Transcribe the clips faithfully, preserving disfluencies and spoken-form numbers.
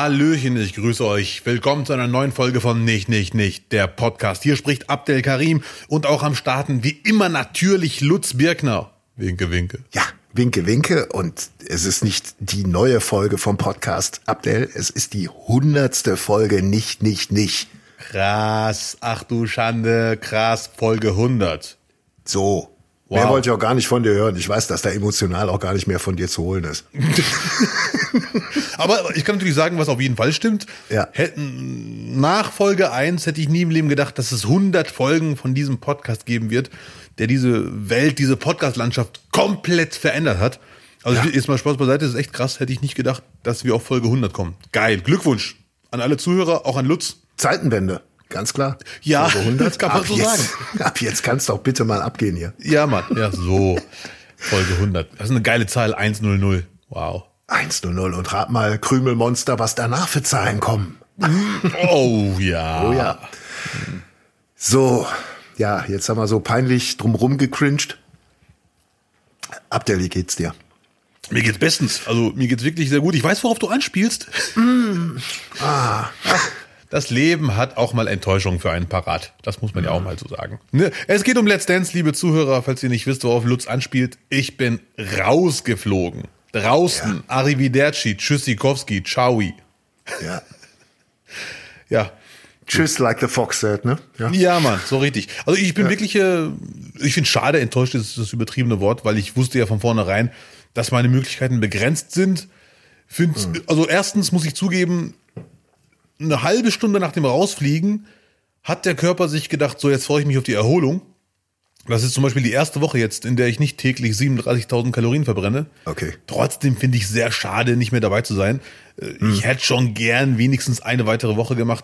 Hallöchen, ich grüße euch. Willkommen zu einer neuen Folge von Nicht, Nicht, Nicht, der Podcast. Hier spricht Abdel Karim und auch am Starten wie immer natürlich Lutz Birkner. Winke, winke. Ja, winke, winke. Und es ist nicht die neue Folge vom Podcast, Abdel. Es ist die hundertste Folge Nicht, Nicht, Nicht. Krass, ach du Schande, krass, Folge hundert. So. Wow. Mehr wollte ich auch gar nicht von dir hören. Ich weiß, dass da emotional auch gar nicht mehr von dir zu holen ist. Aber ich kann natürlich sagen, was auf jeden Fall stimmt. Ja. Hätten, nach Folge eins hätte ich nie im Leben gedacht, dass es hundert Folgen von diesem Podcast geben wird, der diese Welt, diese Podcast-Landschaft komplett verändert hat. Also Ja. jetzt mal Spaß beiseite, das ist echt krass. Hätte ich nicht gedacht, dass wir auf Folge hundert kommen. Geil, Glückwunsch an alle Zuhörer, auch an Lutz. Zeitenwende, ganz klar. Ja, Folge hundert. das kann man ab so jetzt, sagen. Ab jetzt kannst du auch bitte mal abgehen hier. Ja, Mann, ja, so. Folge hundert. Das ist eine geile Zahl, hundertzehn. Wow. eins zu null und rat mal, Krümelmonster, was danach für Zahlen kommen. Oh ja. Oh ja. So, ja, jetzt haben wir so peinlich drumrum gecringed. Abdel, wie geht's dir? Mir geht's bestens. Also mir geht's wirklich sehr gut. Ich weiß, worauf du anspielst. Mm. Ah. Das Leben hat auch mal Enttäuschungen für einen parat. Das muss man ja auch mal so sagen. Ne? Es geht um Let's Dance, liebe Zuhörer, falls ihr nicht wisst, worauf Lutz anspielt. Ich bin rausgeflogen. Draußen. Ja. Arrivederci, Tschüssikowski, Ciao. Ja. Ja. Tschüss, like the fox said, ne? Ja. Ja, Mann, so richtig. Also ich bin Ja. wirklich, äh, ich finde schade, enttäuscht ist das übertriebene Wort, weil ich wusste ja von vornherein, dass meine Möglichkeiten begrenzt sind. Find, mhm. Also erstens muss ich zugeben, eine halbe Stunde nach dem Rausfliegen hat der Körper sich gedacht, so jetzt freue ich mich auf die Erholung. Das ist zum Beispiel die erste Woche jetzt, in der ich nicht täglich siebenunddreißigtausend Kalorien verbrenne. Okay. Trotzdem finde ich sehr schade, nicht mehr dabei zu sein. Mhm. Ich hätte schon gern wenigstens eine weitere Woche gemacht.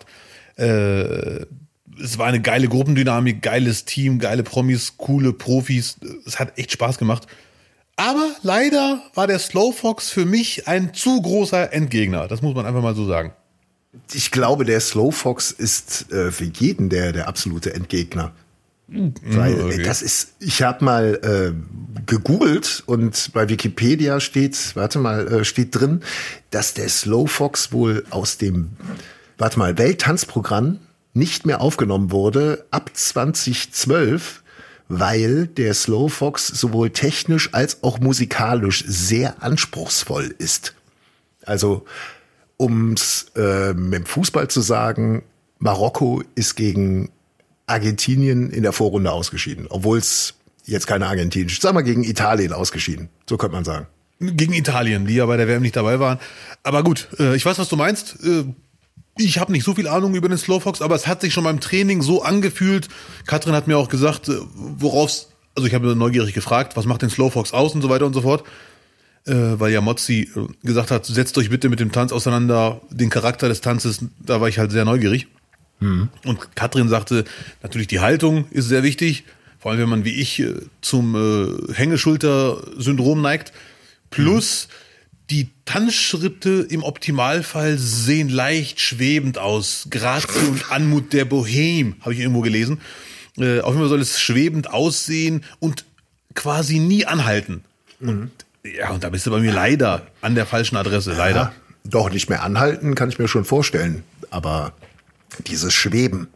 Äh, es war eine geile Gruppendynamik, geiles Team, geile Promis, coole Profis. Es hat echt Spaß gemacht. Aber leider war der Slowfox für mich ein zu großer Endgegner. Das muss man einfach mal so sagen. Ich glaube, der Slowfox ist äh, für jeden der, der absolute Endgegner. Mhm, Weil okay. das ist, ich habe mal äh, gegoogelt und bei Wikipedia steht, warte mal, äh, steht drin, dass der Slowfox wohl aus dem, warte mal, Welttanzprogramm nicht mehr aufgenommen wurde ab zwanzig zwölf, weil der Slowfox sowohl technisch als auch musikalisch sehr anspruchsvoll ist. Also, um's äh, mit dem Fußball zu sagen, Marokko ist gegen Argentinien in der Vorrunde ausgeschieden, obwohl es jetzt keine Argentinien, sag mal gegen Italien ausgeschieden, so könnte man sagen. Gegen Italien, die ja bei der W M nicht dabei waren. Aber gut, äh, ich weiß, was du meinst. Äh, ich habe nicht so viel Ahnung über den Slowfox, aber es hat sich schon beim Training so angefühlt. Katrin hat mir auch gesagt, äh, worauf's, also ich habe neugierig gefragt, was macht den Slowfox aus und so weiter und so fort. Äh, weil ja Mozzi äh, gesagt hat, setzt euch bitte mit dem Tanz auseinander, den Charakter des Tanzes, da war ich halt sehr neugierig. Mhm. Und Katrin sagte, natürlich die Haltung ist sehr wichtig, vor allem wenn man wie ich äh, zum äh, Hängeschulter-Syndrom neigt. Plus mhm. die Tanzschritte im Optimalfall sehen leicht schwebend aus. Grazie und Anmut der Bohème, habe ich irgendwo gelesen. Äh, auf jeden Fall soll es schwebend aussehen und quasi nie anhalten. Mhm. Und ja, und da bist du bei mir leider an der falschen Adresse, leider. Ja, doch, nicht mehr anhalten, kann ich mir schon vorstellen. Aber dieses Schweben.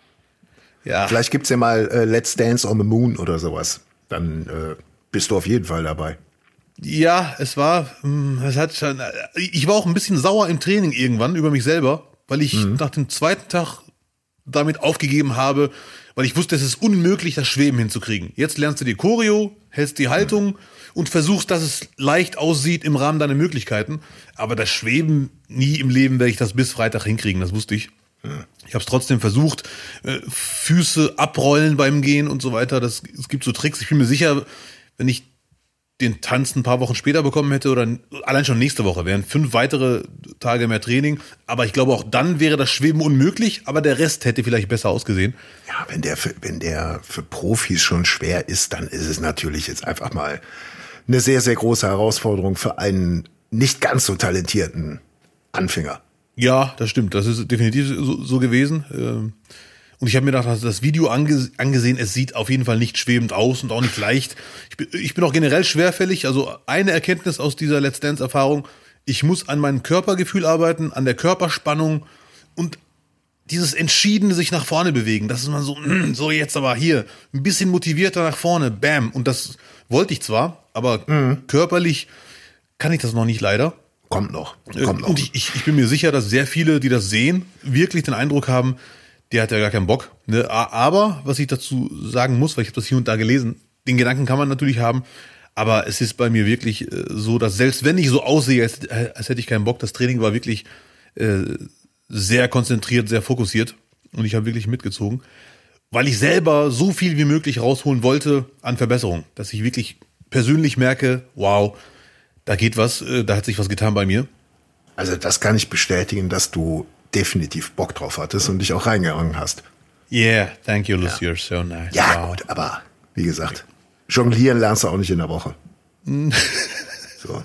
Ja. Vielleicht gibt's ja mal äh, Let's Dance on the Moon oder sowas. Dann äh, bist du auf jeden Fall dabei. Ja, es war, es hat schon, ich war auch ein bisschen sauer im Training irgendwann über mich selber, weil ich mhm. nach dem zweiten Tag damit aufgegeben habe, weil ich wusste, es ist unmöglich, das Schweben hinzukriegen. Jetzt lernst du die Choreo, hältst die Haltung mhm. und versuchst, dass es leicht aussieht im Rahmen deiner Möglichkeiten. Aber das Schweben, nie im Leben werde ich das bis Freitag hinkriegen, das wusste ich. Ich habe es trotzdem versucht, Füße abrollen beim Gehen und so weiter. Das, es gibt so Tricks. Ich bin mir sicher, wenn ich den Tanz ein paar Wochen später bekommen hätte oder allein schon nächste Woche, wären fünf weitere Tage mehr Training. Aber ich glaube, auch dann wäre das Schweben unmöglich, aber der Rest hätte vielleicht besser ausgesehen. Ja, wenn der für, wenn der für Profis schon schwer ist, dann ist es natürlich jetzt einfach mal eine sehr, sehr große Herausforderung für einen nicht ganz so talentierten Anfänger. Ja, das stimmt. Das ist definitiv so, so gewesen. Und ich habe mir gedacht, das Video ange- angesehen, es sieht auf jeden Fall nicht schwebend aus und auch nicht leicht. Ich bin, ich bin auch generell schwerfällig. Also eine Erkenntnis aus dieser Let's Dance-Erfahrung, Ich muss an meinem Körpergefühl arbeiten, an der Körperspannung und dieses entschiedene sich nach vorne bewegen. Das ist man so, so jetzt aber hier, ein bisschen motivierter nach vorne, bam. Und das wollte ich zwar, aber mhm. körperlich kann ich das noch nicht leider. Kommt noch. Kommt noch. Und ich, ich, ich bin mir sicher, dass sehr viele, die das sehen, wirklich den Eindruck haben, der hat ja gar keinen Bock. Ne? Aber, was ich dazu sagen muss, weil ich habe das hier und da gelesen, den Gedanken kann man natürlich haben, aber es ist bei mir wirklich äh, so, dass selbst wenn ich so aussehe, als, als hätte ich keinen Bock, das Training war wirklich äh, sehr konzentriert, sehr fokussiert und ich habe wirklich mitgezogen, weil ich selber so viel wie möglich rausholen wollte an Verbesserung, dass ich wirklich persönlich merke, wow, da geht was, äh, da hat sich was getan bei mir. Also das kann ich bestätigen, dass du definitiv Bock drauf hattest und dich auch reingegangen hast. Yeah, thank you, Lucy, ja. you're so nice. Ja, wow. Gut, aber wie gesagt, jonglieren lernst du auch nicht in der Woche. So.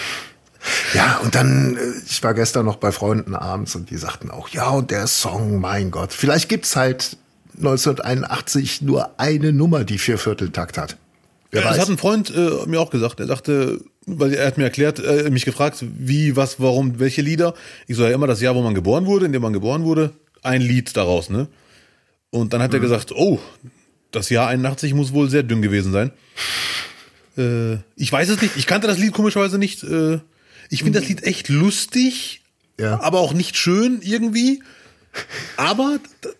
Ja, und dann, ich war gestern noch bei Freunden abends und die sagten auch, ja, und der Song, mein Gott, vielleicht gibt's halt neunzehnhunderteinundachtzig nur eine Nummer, die Viervierteltakt hat. Ja, das hat ein Freund äh, mir auch gesagt. Er sagte, weil er hat mir erklärt, äh, mich gefragt, wie, was, warum, welche Lieder. Ich so, ja immer das Jahr, wo man geboren wurde, in dem man geboren wurde, ein Lied daraus, ne? Und dann hat mhm. er gesagt, oh, das Jahr einundachtzig muss wohl sehr dünn gewesen sein. Äh, ich weiß es nicht, ich kannte das Lied komischerweise nicht. Äh, ich finde das Lied echt lustig, ja. aber auch nicht schön irgendwie. Aber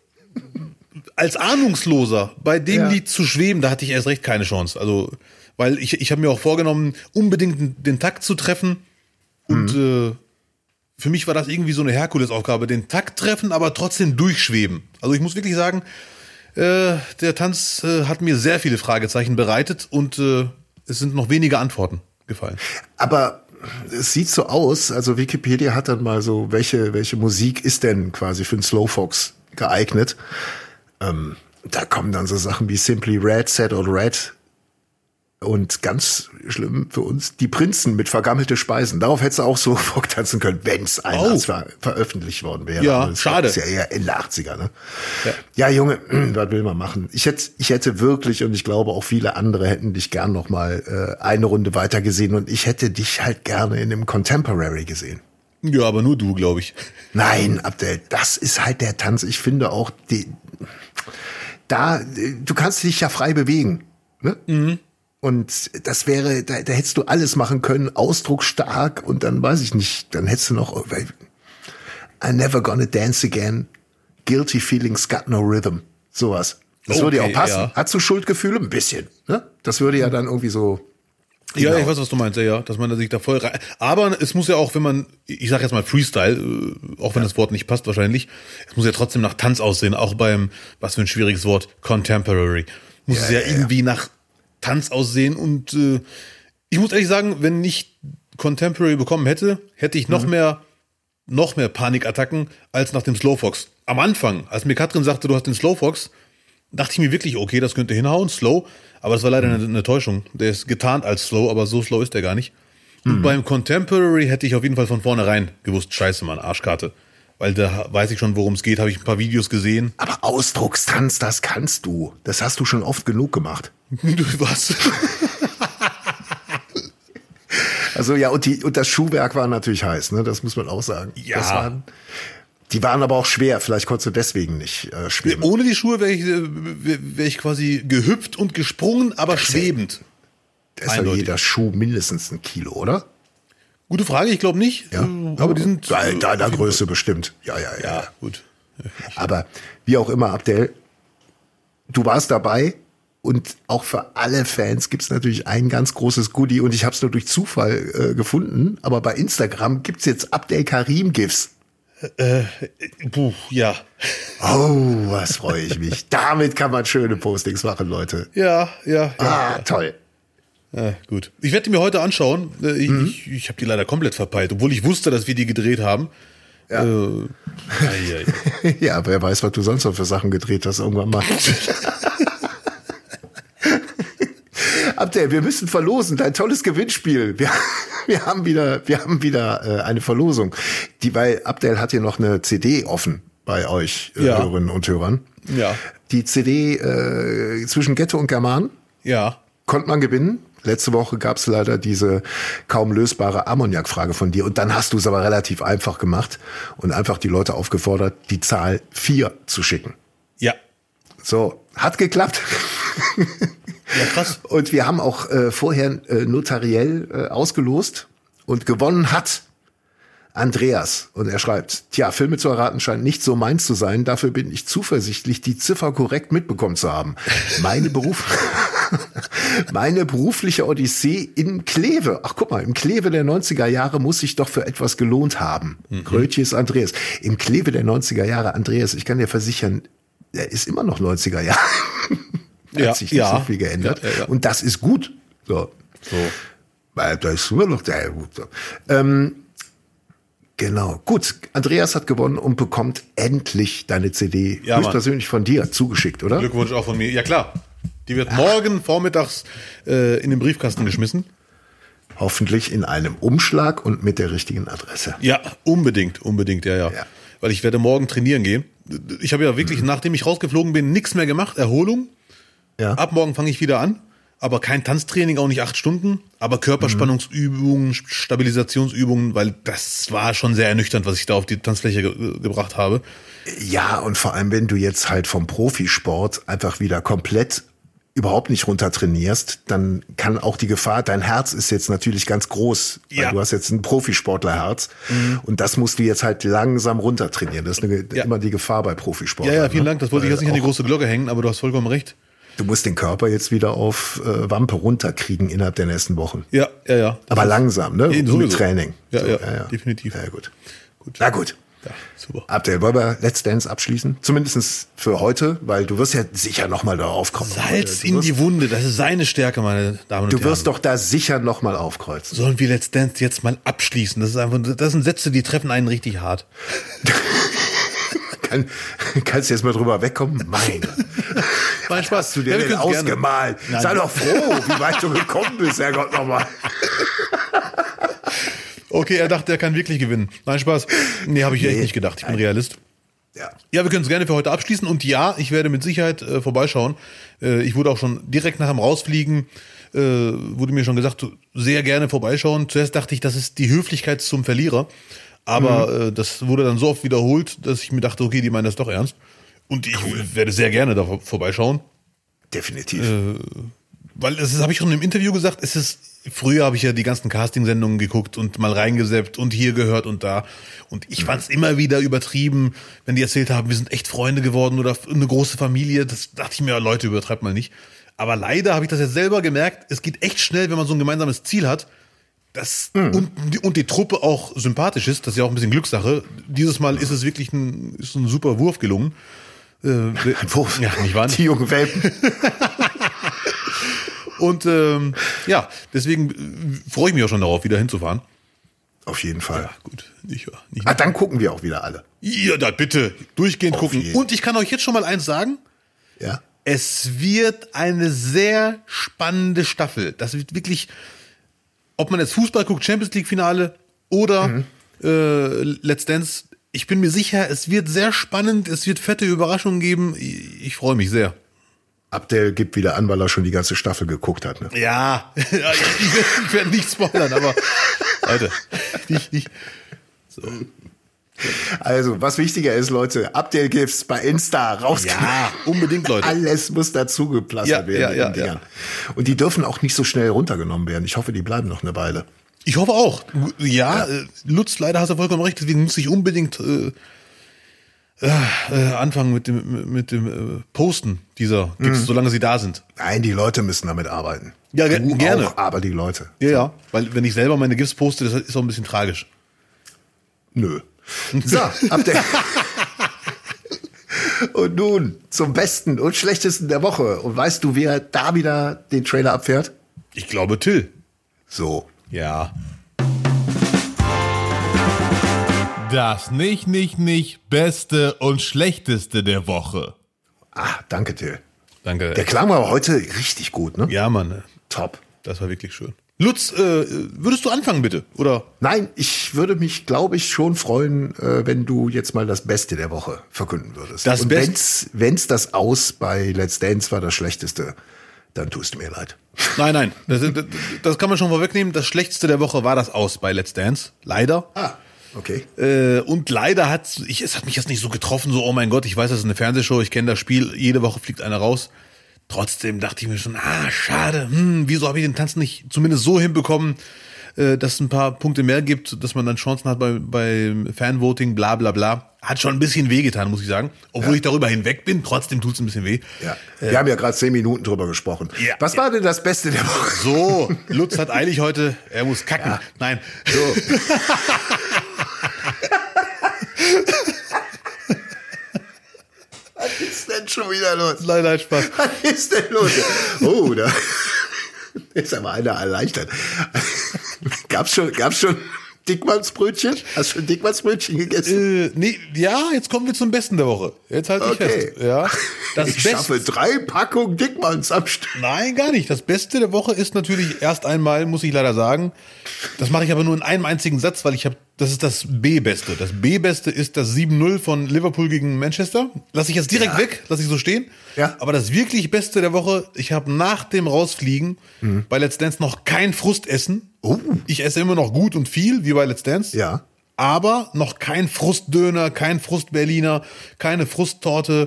als Ahnungsloser bei dem ja. Lied zu schweben, da hatte ich erst recht keine Chance. Also, weil ich, ich habe mir auch vorgenommen, unbedingt den Takt zu treffen. Und mhm. äh, für mich war das irgendwie so eine Herkulesaufgabe, den Takt treffen, aber trotzdem durchschweben. Also ich muss wirklich sagen, äh, der Tanz äh, hat mir sehr viele Fragezeichen bereitet und äh, es sind noch wenige Antworten gefallen. Aber es sieht so aus, also Wikipedia hat dann mal so, welche, welche Musik ist denn quasi für einen Slowfox geeignet? Ähm, da kommen dann so Sachen wie Simply Red, Sad Old Red und ganz schlimm für uns, die Prinzen mit vergammelte Speisen. Darauf hättest du auch so tanzen können, wenn es einmal oh. ver- veröffentlicht worden wäre. Ja, das schade. Das ist ja eher Ende achtziger, ne? Ja, ja Junge, was will man machen? Ich hätte, ich hätte wirklich, und ich glaube auch viele andere hätten dich gern noch mal äh, eine Runde weiter gesehen und ich hätte dich halt gerne in einem Contemporary gesehen. Ja, aber nur du, glaube ich. Nein, Abdel, das ist halt der Tanz. Ich finde auch, die, da, du kannst dich ja frei bewegen. Ne? Mhm. Und das wäre, da, da hättest du alles machen können, ausdrucksstark und dann weiß ich nicht, dann hättest du noch I never gonna dance again, guilty feelings got no rhythm, sowas. Das okay, würde ja auch passen. Ja. Hast du Schuldgefühle? Ein bisschen. Ne? Das würde ja dann irgendwie so. Genau. Ja, ich weiß, was du meinst, ja, ja, dass man da sich da voll rein. Aber es muss ja auch, wenn man, ich sag jetzt mal Freestyle, auch wenn ja. das Wort nicht passt wahrscheinlich, es muss ja trotzdem nach Tanz aussehen, auch beim, was für ein schwieriges Wort, Contemporary. Muss ja, es ja, ja irgendwie ja. nach Tanz aussehen und äh, ich muss ehrlich sagen, wenn ich Contemporary bekommen hätte, hätte ich noch mhm. mehr, noch mehr Panikattacken als nach dem Slowfox. Am Anfang, als mir Katrin sagte, du hast den Slowfox, dachte ich mir wirklich, okay, das könnte hinhauen, Slow. Aber das war leider eine, eine Täuschung. Der ist getarnt als Slow, aber so slow ist der gar nicht. Und mhm. beim Contemporary hätte ich auf jeden Fall von vornherein gewusst, scheiße, Mann, Arschkarte. Weil da weiß ich schon, worum es geht, habe ich ein paar Videos gesehen. Aber Ausdruckstanz, das kannst du. Das hast du schon oft genug gemacht. Was? Also ja, und, die, und das Schuhwerk war natürlich heiß, ne? Das muss man auch sagen. Ja. Das waren, die waren aber auch schwer. Vielleicht konntest du deswegen nicht äh, schweben. Ohne die Schuhe wäre ich, wär ich quasi gehüpft und gesprungen, aber das schwebend. Da ist ja jeder Schuh mindestens ein Kilo, oder? Gute Frage, ich glaube nicht. Ja. Aber die sind... In deiner Größe bestimmt. Ja, ja, ja. Ja, gut. Aber wie auch immer, Abdel, du warst dabei. Und auch für alle Fans gibt's natürlich ein ganz großes Goodie. Und ich habe es nur durch Zufall äh, gefunden. Aber bei Instagram gibt's jetzt Abdel Karim-GIFs. Äh, puh, ja. Oh, was freue ich mich. Damit kann man schöne Postings machen, Leute. Ja, ja. ja ah, ja. toll. Ja, gut. Ich werde die mir heute anschauen. Ich, mhm. ich, ich habe die leider komplett verpeilt, obwohl ich wusste, dass wir die gedreht haben. Ja, äh, ai, ai. Ja, wer weiß, was du sonst noch für Sachen gedreht hast irgendwann mal. Abdel, wir müssen verlosen, dein tolles Gewinnspiel. Wir, wir haben wieder, wir haben wieder äh, eine Verlosung. Die, weil Abdel hat hier noch eine C D offen bei euch, äh, ja. Hörerinnen und Hörern. Ja. Die C D äh, zwischen Ghetto und German. Ja. Konnte man gewinnen. Letzte Woche gab es leider diese kaum lösbare Ammoniak-Frage von dir. Und dann hast du es aber relativ einfach gemacht und einfach die Leute aufgefordert, die Zahl vier zu schicken. Ja. So, hat geklappt. Ja, krass. Und wir haben auch äh, vorher äh, notariell äh, ausgelost und gewonnen hat Andreas. Und er schreibt, tja, Filme zu erraten scheint nicht so meins zu sein. Dafür bin ich zuversichtlich, die Ziffer korrekt mitbekommen zu haben. Meine Beruf, meine berufliche Odyssee in Kleve. Ach, guck mal, im Kleve der neunziger Jahre muss sich doch für etwas gelohnt haben. Mhm. Grötjes Andreas. Im Kleve der neunziger Jahre, Andreas, ich kann dir versichern, er ist immer noch neunziger Jahre. Hat ja, sich nicht ja. so viel geändert. Ja, ja, ja. Und das ist gut. So. So. Weil da ist immer noch sehr gut. So. Ähm, genau. Gut. Andreas hat gewonnen und bekommt endlich deine C D Ja, höchstpersönlich von dir zugeschickt, oder? Glückwunsch auch von mir. Ja, klar. Die wird morgen vormittags äh, in den Briefkasten geschmissen. Hoffentlich in einem Umschlag und mit der richtigen Adresse. Ja, unbedingt, unbedingt, ja, ja. Ja. Weil ich werde morgen trainieren gehen. Ich habe ja wirklich, mhm. nachdem ich rausgeflogen bin, nichts mehr gemacht. Erholung. Ja. Ab morgen fange ich wieder an. Aber kein Tanztraining, auch nicht acht Stunden. Aber Körperspannungsübungen, Stabilisationsübungen, weil das war schon sehr ernüchternd, was ich da auf die Tanzfläche ge- gebracht habe. Ja, und vor allem, wenn du jetzt halt vom Profisport einfach wieder komplett überhaupt nicht runter trainierst, dann kann auch die Gefahr, dein Herz ist jetzt natürlich ganz groß, weil Ja. du hast jetzt ein Profisportlerherz mhm. und das musst du jetzt halt langsam runter trainieren. Das ist eine, Ja. immer die Gefahr bei Profisport. Ja, ja, vielen Dank. Das wollte ich jetzt nicht an die auch, große Glocke hängen, aber du hast vollkommen recht. Du musst den Körper jetzt wieder auf äh, Wampe runterkriegen innerhalb der nächsten Wochen. Ja, ja, ja. Das Aber ist- langsam, ne? Nee, Mit sowieso. Training. Ja, So, ja, definitiv. Ja, gut. Gut. Na gut. Ja, super. Abdel, wollen wir Let's Dance abschließen? Zumindest für heute, weil du wirst ja sicher nochmal darauf kommen. Salz du in wirst, die Wunde, das ist seine Stärke, meine Damen und Du Herren. wirst doch da sicher nochmal aufkreuzen. Sollen wir Let's Dance jetzt mal abschließen? Das ist einfach, das sind Sätze, die treffen einen richtig hart. Kann, kannst du jetzt mal drüber wegkommen? Meine. Mein Spaß. Hast du dir Ja, wir denn können's gerne. ausgemalt? Nein. Sei doch froh, wie weit du gekommen bist, Herrgott nochmal. Okay, er dachte, er kann wirklich gewinnen. Nein, Spaß. Nee, habe ich echt Nee. nicht gedacht. Ich bin Realist. Ja. Ja, wir können es gerne für heute abschließen. Und ja, ich werde mit Sicherheit äh, vorbeischauen. Äh, ich wurde auch schon direkt nach dem Rausfliegen, äh, wurde mir schon gesagt, sehr gerne vorbeischauen. Zuerst dachte ich, das ist die Höflichkeit zum Verlierer. Aber mhm. äh, das wurde dann so oft wiederholt, dass ich mir dachte, okay, die meinen das doch ernst. Und ich cool. werde sehr gerne da vorbeischauen. Definitiv. Äh, weil das habe ich schon im Interview gesagt, es ist, früher habe ich ja die ganzen Casting-Sendungen geguckt und mal reingeseppt und hier gehört und da. Und ich fand es immer wieder übertrieben, wenn die erzählt haben, wir sind echt Freunde geworden oder eine große Familie. Das dachte ich mir, Leute, übertreibt mal nicht. Aber leider habe ich das jetzt selber gemerkt, es geht echt schnell, wenn man so ein gemeinsames Ziel hat. Das, mhm. und, die, und die Truppe auch sympathisch ist, das ist ja auch ein bisschen Glückssache. Dieses Mal ist es wirklich ein, ist ein super Wurf gelungen. Äh, Ein Wurf. Ja, nicht wahr? Die jungen Welpen. Und ähm, ja, deswegen äh, freue ich mich auch schon darauf, wieder hinzufahren. Auf jeden Fall. Ja, gut. Nicht wahr? Nicht Ah, dann gucken wir auch wieder alle. Ja, da bitte. Durchgehend Auf gucken. jeden. Und ich kann euch jetzt schon mal eins sagen. Ja. Es wird eine sehr spannende Staffel. Das wird wirklich, ob man jetzt Fußball guckt, Champions League Finale oder mhm. äh, Let's Dance. Ich bin mir sicher, es wird sehr spannend. Es wird fette Überraschungen geben. Ich, ich freue mich sehr. Abdel gibt wieder an, weil er schon die ganze Staffel geguckt hat. Ne? Ja, ich, ich, ich werde nicht spoilern, aber Leute, nicht, nicht. So. Also, was wichtiger ist, Leute, Abdel gibt's bei Insta raus. Ja, unbedingt, Leute. Alles muss dazu geplastert Ja, werden. ja, mit ja, den Dingern. ja. Und die dürfen auch nicht so schnell runtergenommen werden. Ich hoffe, die bleiben noch eine Weile. Ich hoffe auch. Ja, ja. Lutz, leider hast du vollkommen recht, deswegen muss ich unbedingt äh, äh, anfangen mit dem, mit dem äh, Posten dieser Gips, mhm. solange sie da sind. Nein, die Leute müssen damit arbeiten. Ja, ge- du gerne. Auch, aber die Leute. Ja, so. ja, weil wenn ich selber meine GIFs poste, das ist auch ein bisschen tragisch. Nö. So, Abdel. Und nun zum besten und schlechtesten der Woche. Und weißt du, wer da wieder den Trailer abfährt? Ich glaube, Till. So. Ja. Das nicht, nicht, nicht Beste und Schlechteste der Woche. Ah, danke, Till. Danke. Der klang aber heute richtig gut, ne? Ja, Mann. Top. Das war wirklich schön. Lutz, äh, würdest du anfangen, bitte? Oder? Nein, ich würde mich, glaube ich, schon freuen, äh, wenn du jetzt mal das Beste der Woche verkünden würdest. Das Und Best- wenn's, wenn's das Aus bei Let's Dance war, das Schlechteste, Dann tust du mir leid. Nein, nein, das, das, das kann man schon vorwegnehmen. Das Schlechteste der Woche war das Aus bei Let's Dance. Leider. Ah, okay. Äh, und leider hat ich, es hat mich jetzt nicht so getroffen, so, oh mein Gott, ich weiß, das ist eine Fernsehshow, ich kenne das Spiel, jede Woche fliegt einer raus. Trotzdem dachte ich mir schon, ah, schade, hm, wieso habe ich den Tanz nicht zumindest so hinbekommen, äh, dass es ein paar Punkte mehr gibt, dass man dann Chancen hat bei, bei Fanvoting, bla bla bla. Hat schon ein bisschen wehgetan, muss ich sagen. Obwohl ja. ich darüber hinweg bin, trotzdem tut's ein bisschen weh. Ja. Wir äh, haben ja gerade zehn Minuten drüber gesprochen. Ja, Was ja. war denn das Beste der Woche? So, Lutz hat eilig heute, er muss kacken. Ja. Nein. So. Was ist denn schon wieder los? Nein, nein, Spaß. Was ist denn los? Oh, da ist aber einer erleichtert. Gab's schon, gab's schon Dickmannsbrötchen? Hast du schon Dickmannsbrötchen gegessen? Äh, nee, ja, jetzt kommen wir zum Besten der Woche. Jetzt halte ich okay. fest. Ja, das ich Best- schaffe drei Packungen Dickmanns am Stück. Nein, gar nicht. Das Beste der Woche ist natürlich erst einmal, muss ich leider sagen, das mache ich aber nur in einem einzigen Satz, weil ich habe, das ist das B-Beste. Das B-Beste ist das sieben null von Liverpool gegen Manchester. Lass ich jetzt direkt ja. weg, lass ich so stehen. Ja. Aber das wirklich Beste der Woche, ich habe nach dem Rausfliegen mhm. bei Let's Dance noch kein Frustessen. Oh. Ich esse immer noch gut und viel, wie bei Let's Dance. Ja. Aber noch kein Frustdöner, kein Frustberliner, keine Frusttorte,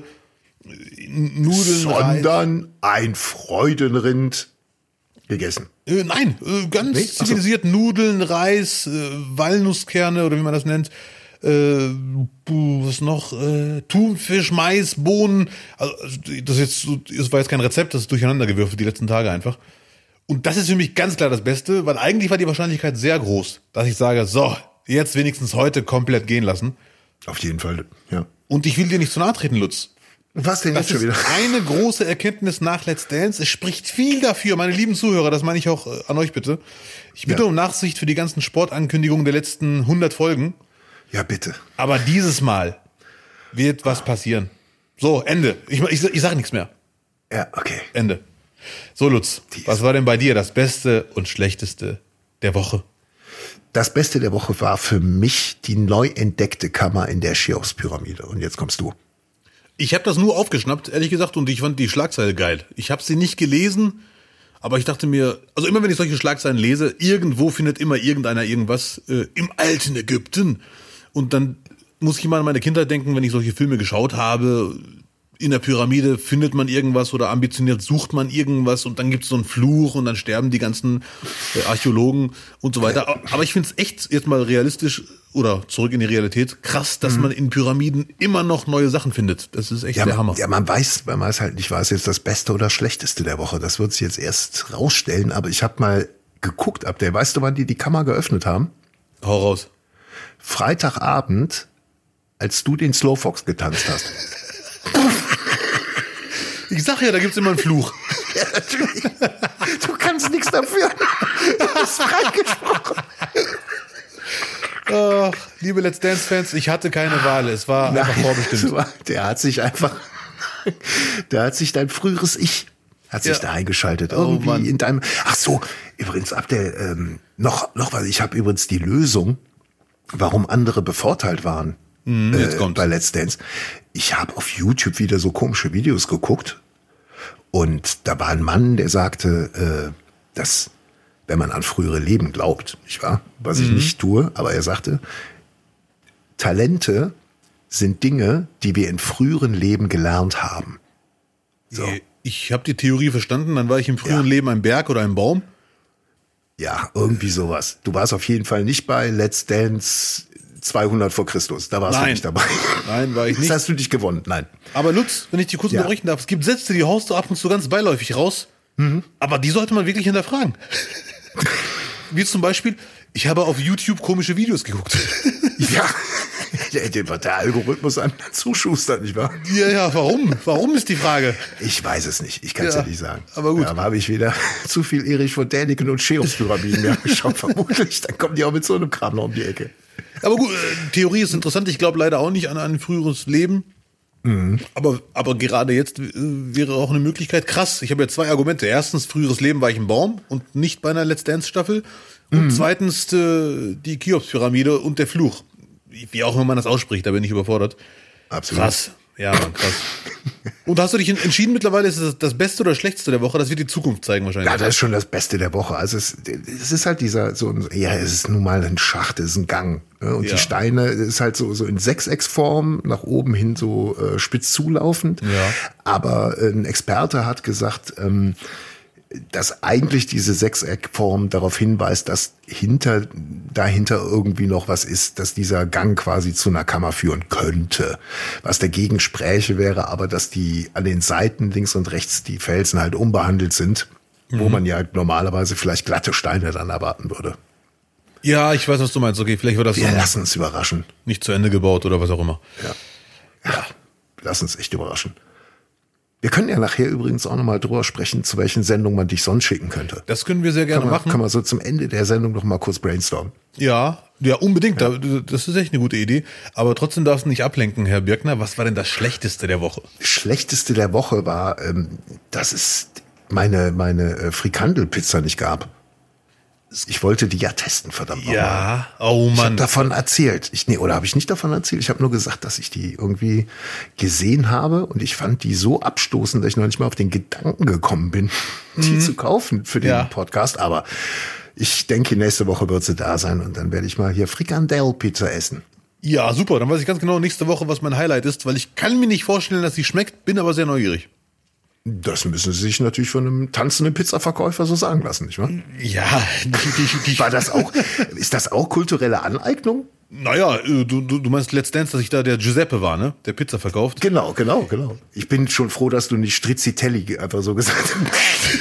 Nudeln, sondern Reis. Ein Freudenrind gegessen. Äh, nein, äh, ganz nee? zivilisiert Nudeln, Reis, äh, Walnusskerne oder wie man das nennt. Äh, was noch? Äh, Thunfisch, Mais, Bohnen. Also, das, jetzt, das war jetzt kein Rezept, das ist durcheinandergewürfelt die letzten Tage einfach. Und das ist für mich ganz klar das Beste, weil eigentlich war die Wahrscheinlichkeit sehr groß, dass ich sage, so, jetzt wenigstens heute komplett gehen lassen. Auf jeden Fall, ja. Und ich will dir nicht zu nahe treten, Lutz. Was denn jetzt das schon wieder? Das ist eine große Erkenntnis nach Let's Dance. Es spricht viel dafür, meine lieben Zuhörer, das meine ich auch äh, an euch bitte. Ich bitte ja. um Nachsicht für die ganzen Sportankündigungen der letzten hundert Folgen. Ja, bitte. Aber dieses Mal wird was passieren. So, Ende. Ich, ich, ich sage nichts mehr. Ja, okay. Ende. So, Lutz, Dies. was war denn bei dir das Beste und Schlechteste der Woche? Das Beste der Woche war für mich die neu entdeckte Kammer in der Cheops-Pyramide. Und jetzt kommst du. Ich habe das nur aufgeschnappt, ehrlich gesagt, und ich fand die Schlagzeile geil. Ich habe sie nicht gelesen, aber ich dachte mir, also immer wenn ich solche Schlagzeilen lese, irgendwo findet immer irgendeiner irgendwas äh, im alten Ägypten. Und dann muss ich immer an meine Kindheit denken, wenn ich solche Filme geschaut habe. In der Pyramide findet man irgendwas oder ambitioniert sucht man irgendwas und dann gibt es so einen Fluch und dann sterben die ganzen äh, Archäologen und so weiter. Aber ich finde es echt jetzt mal realistisch oder zurück in die Realität krass, dass mhm. man in Pyramiden immer noch neue Sachen findet. Das ist echt ja, der Hammer. Ja, man weiß, man weiß halt nicht, war es jetzt das Beste oder Schlechteste der Woche. Das wird sich jetzt erst rausstellen. Aber ich habe mal geguckt, ab der, weißt du, wann die die Kammer geöffnet haben? Hau raus. Freitagabend, als du den Slowfox getanzt hast. Ich sag ja, da gibt's immer einen Fluch. Ja, natürlich. Du kannst nichts dafür. Du bist freigesprochen. Oh, liebe Let's Dance-Fans, ich hatte keine Wahl. Es war Nein, einfach vorbestimmt. War, der hat sich einfach, der hat sich dein früheres Ich, hat sich ja. da eingeschaltet. Irgendwie oh, in deinem, ach so, übrigens, ab der, ähm, noch, noch was, ich habe übrigens die Lösung, warum andere bevorteilt waren. Mm, jetzt äh, bei Let's Dance. Ich habe auf YouTube wieder so komische Videos geguckt und da war ein Mann, der sagte, äh, dass wenn man an frühere Leben glaubt, nicht wahr? Was ich mhm. nicht tue, aber er sagte, Talente sind Dinge, die wir in früheren Leben gelernt haben. So. Ich habe die Theorie verstanden, dann war ich im früheren ja. Leben ein Berg oder ein Baum. Ja, irgendwie sowas. Du warst auf jeden Fall nicht bei Let's Dance zweihundert vor Christus, da warst Nein. du nicht dabei. Nein, war ich nicht. Das hast du nicht gewonnen, nein. Aber Lutz, wenn ich dir kurz ja. unterbrechen darf, es gibt Sätze, die haust du ab und zu ganz beiläufig raus, mhm. aber die sollte man wirklich hinterfragen. Wie zum Beispiel, ich habe auf YouTube komische Videos geguckt. Ja, der, der Algorithmus einem zuschustert, nicht wahr? Ja, ja, warum? Warum ist die Frage? Ich weiß es nicht, ich kann es ja, ja nicht sagen. Aber gut. Ja, aber habe ich wieder zu viel Erich von Däniken und Cheops-Pyramiden mehr geschaut, vermutlich. Dann kommen die auch mit so einem Kram noch um die Ecke. Aber gut, Theorie ist interessant. Ich glaube leider auch nicht an ein früheres Leben. Mhm. Aber, aber gerade jetzt äh, wäre auch eine Möglichkeit. Krass, ich habe ja zwei Argumente. Erstens, früheres Leben war ich ein Baum und nicht bei einer Let's Dance Staffel. Und mhm. zweitens, äh, die Cheops-Pyramide und der Fluch. Wie auch immer man das ausspricht, da bin ich überfordert. Absolut. Krass. Ja, Mann, krass. Und hast du dich entschieden mittlerweile, ist es das Beste oder Schlechteste der Woche? Das wird die Zukunft zeigen wahrscheinlich. Ja, das ist schon das Beste der Woche. Also es, es ist halt dieser, so ein, ja, es ist nun mal ein Schacht, es ist ein Gang. Ne? Und Ja. die Steine ist halt so, so in Sechsecksform, nach oben hin so äh, spitz zulaufend. Ja. Aber ein Experte hat gesagt, ähm, dass eigentlich diese Sechseckform darauf hinweist, dass hinter, dahinter irgendwie noch was ist, dass dieser Gang quasi zu einer Kammer führen könnte. Was dagegen spräche wäre, aber dass die an den Seiten links und rechts die Felsen halt unbehandelt sind, mhm. wo man ja normalerweise vielleicht glatte Steine dann erwarten würde. Ja, ich weiß, was du meinst. Okay, vielleicht wird das Wir so lassen uns überraschen. nicht zu Ende gebaut oder was auch immer. Ja. Ja, lass uns echt überraschen. Wir können ja nachher übrigens auch nochmal drüber sprechen, zu welchen Sendungen man dich sonst schicken könnte. Das können wir sehr gerne Kann man, machen. kann man so zum Ende der Sendung noch mal kurz brainstormen. Ja, ja, unbedingt. Ja. Das ist echt eine gute Idee. Aber trotzdem darfst du nicht ablenken, Herr Birkner. Was war denn das Schlechteste der Woche? Das Schlechteste der Woche war, ähm, dass es meine, meine äh, Frikandelpizza nicht gab. Ich wollte die ja testen, verdammt nochmal. Ja, oh Ich habe Mann. davon erzählt. Ich, nee, oder habe ich nicht davon erzählt? Ich habe nur gesagt, dass ich die irgendwie gesehen habe und ich fand die so abstoßend, dass ich noch nicht mal auf den Gedanken gekommen bin, die mhm. zu kaufen für den Ja. Podcast. Aber ich denke, nächste Woche wird sie da sein und dann werde ich mal hier Frikandel-Pizza essen. Ja, super. Dann weiß ich ganz genau nächste Woche, was mein Highlight ist, weil ich kann mir nicht vorstellen, dass sie schmeckt, bin aber sehr neugierig. Das müssen Sie sich natürlich von einem tanzenden Pizzaverkäufer so sagen lassen, nicht wahr? Ja, die, die, War das auch, ist das auch kulturelle Aneignung? Naja, du, du, du meinst Let's Dance, dass ich da der Giuseppe war, ne? Der Pizza verkauft. Genau, genau, genau. Ich bin schon froh, dass du nicht Strizzitelli einfach so gesagt hast.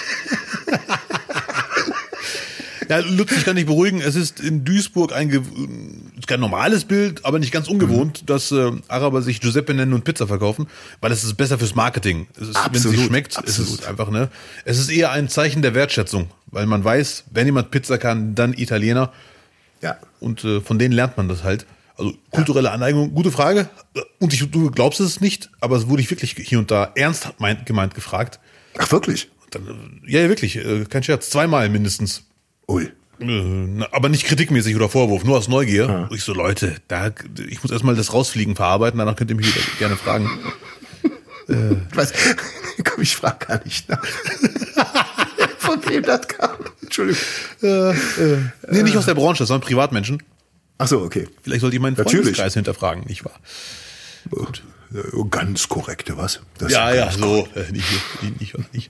Ja, Lutz, ich kann dich beruhigen, es ist in Duisburg ein, ge- kein normales Bild, aber nicht ganz ungewohnt, mhm. dass äh, Araber sich Giuseppe nennen und Pizza verkaufen, weil es ist besser fürs Marketing. Es ist, Absolut, wenn sie schmeckt, absolut. es ist einfach, ne? Es ist eher ein Zeichen der Wertschätzung, weil man weiß, wenn jemand Pizza kann, dann Italiener. Ja. Und äh, von denen lernt man das halt. Also kulturelle Aneignung, gute Frage. Und ich, du glaubst es nicht, aber es wurde ich wirklich hier und da ernst meint, gemeint gefragt. Ach, wirklich? Und dann, äh, ja, ja, wirklich, äh, kein Scherz, zweimal mindestens. Ui. Äh, aber nicht kritikmäßig oder Vorwurf, nur aus Neugier. Ja. Und ich so, Leute, da, ich muss erstmal das Rausfliegen verarbeiten, danach könnt ihr mich wieder gerne fragen. Was? Komm, ich frage gar nicht nach. Von wem das kam? Entschuldigung. Äh, äh, nee, nicht aus der Branche, sondern Privatmenschen. Ach so, okay. Vielleicht sollte ich meinen Natürlich. Freundeskreis hinterfragen, nicht wahr? Gut. Ganz korrekte, was? Das Ja, ist ja, ganz so. Äh, nicht, nicht, nicht, nicht.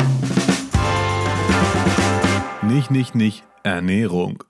Nicht, nicht, nicht. Ernährung.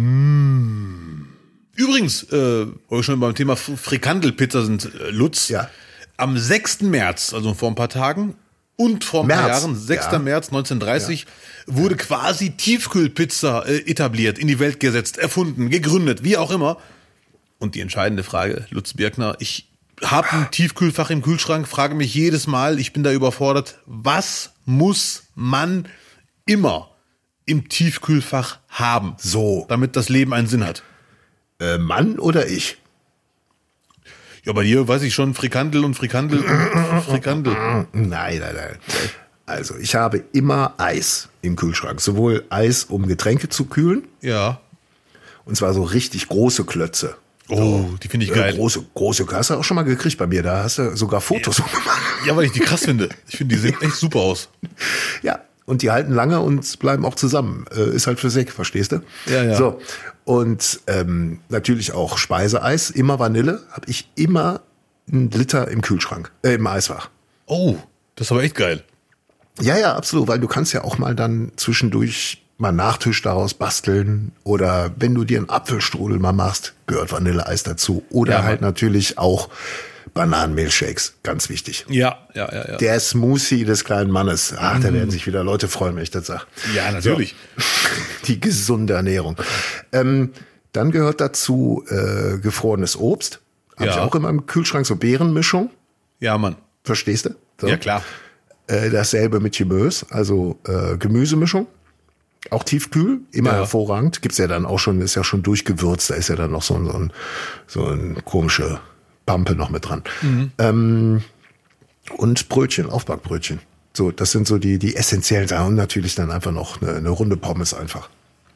Übrigens, äh, wo wir schon beim Thema Frikandelpizza sind, äh, Lutz, Ja. am sechsten März, also vor ein paar Tagen und vor ein paar März, Jahren, sechster ja. März neunzehnhundertdreißig, wurde quasi Tiefkühlpizza äh, etabliert, in die Welt gesetzt, erfunden, gegründet, wie auch immer. Und die entscheidende Frage, Lutz Birkner, ich habe ein Tiefkühlfach im Kühlschrank, frage mich jedes Mal, ich bin da überfordert, was muss man immer im Tiefkühlfach haben, So. damit das Leben einen Sinn hat? Äh, Mann oder ich? Ja, bei dir weiß ich schon, Frikandel und Frikandel und Frikandel. Nein, nein, nein. Also, ich habe immer Eis im Kühlschrank. Sowohl Eis, um Getränke zu kühlen, Ja. und zwar so richtig große Klötze. Oh, die finde ich Äh, geil. große, große, hast du auch schon mal gekriegt bei mir. Da hast du sogar Fotos gemacht. Ja, weil ich die krass finde. Ich finde, die sehen echt super aus. Ja, und die halten lange und bleiben auch zusammen. Äh, ist halt Physik, verstehst du? Ja, ja. So, und ähm, natürlich auch Speiseeis, immer Vanille, habe ich immer einen Liter im Kühlschrank, äh, im Eisfach. Oh, das ist aber echt geil. Ja, ja, absolut, weil du kannst ja auch mal dann zwischendurch mal Nachtisch daraus basteln oder wenn du dir einen Apfelstrudel mal machst, gehört Vanilleeis dazu. Oder Ja, halt Mann. natürlich auch Bananenmilchshakes, ganz wichtig. Ja, ja, ja, ja. Der Smoothie des kleinen Mannes. Ach, da werden sich wieder Leute freuen, wenn ich das sage. Ja, natürlich. So. Die gesunde Ernährung. Ähm, dann gehört dazu äh, gefrorenes Obst. Habe Ja. ich auch immer im Kühlschrank, so Beerenmischung. Ja, Mann. Verstehst du? So. Ja, klar. Äh, dasselbe mit Gemüse, also äh, Gemüsemischung. Auch tiefkühl, immer Ja. hervorragend. Gibt's ja dann auch schon, ist ja schon durchgewürzt. Da ist ja dann noch so ein, so ein, so ein komische Pampe noch mit dran. Mhm. Ähm, und Brötchen, Aufbackbrötchen. So, das sind so die, die essentiellen Sachen. Und natürlich dann einfach noch eine, eine runde Pommes einfach.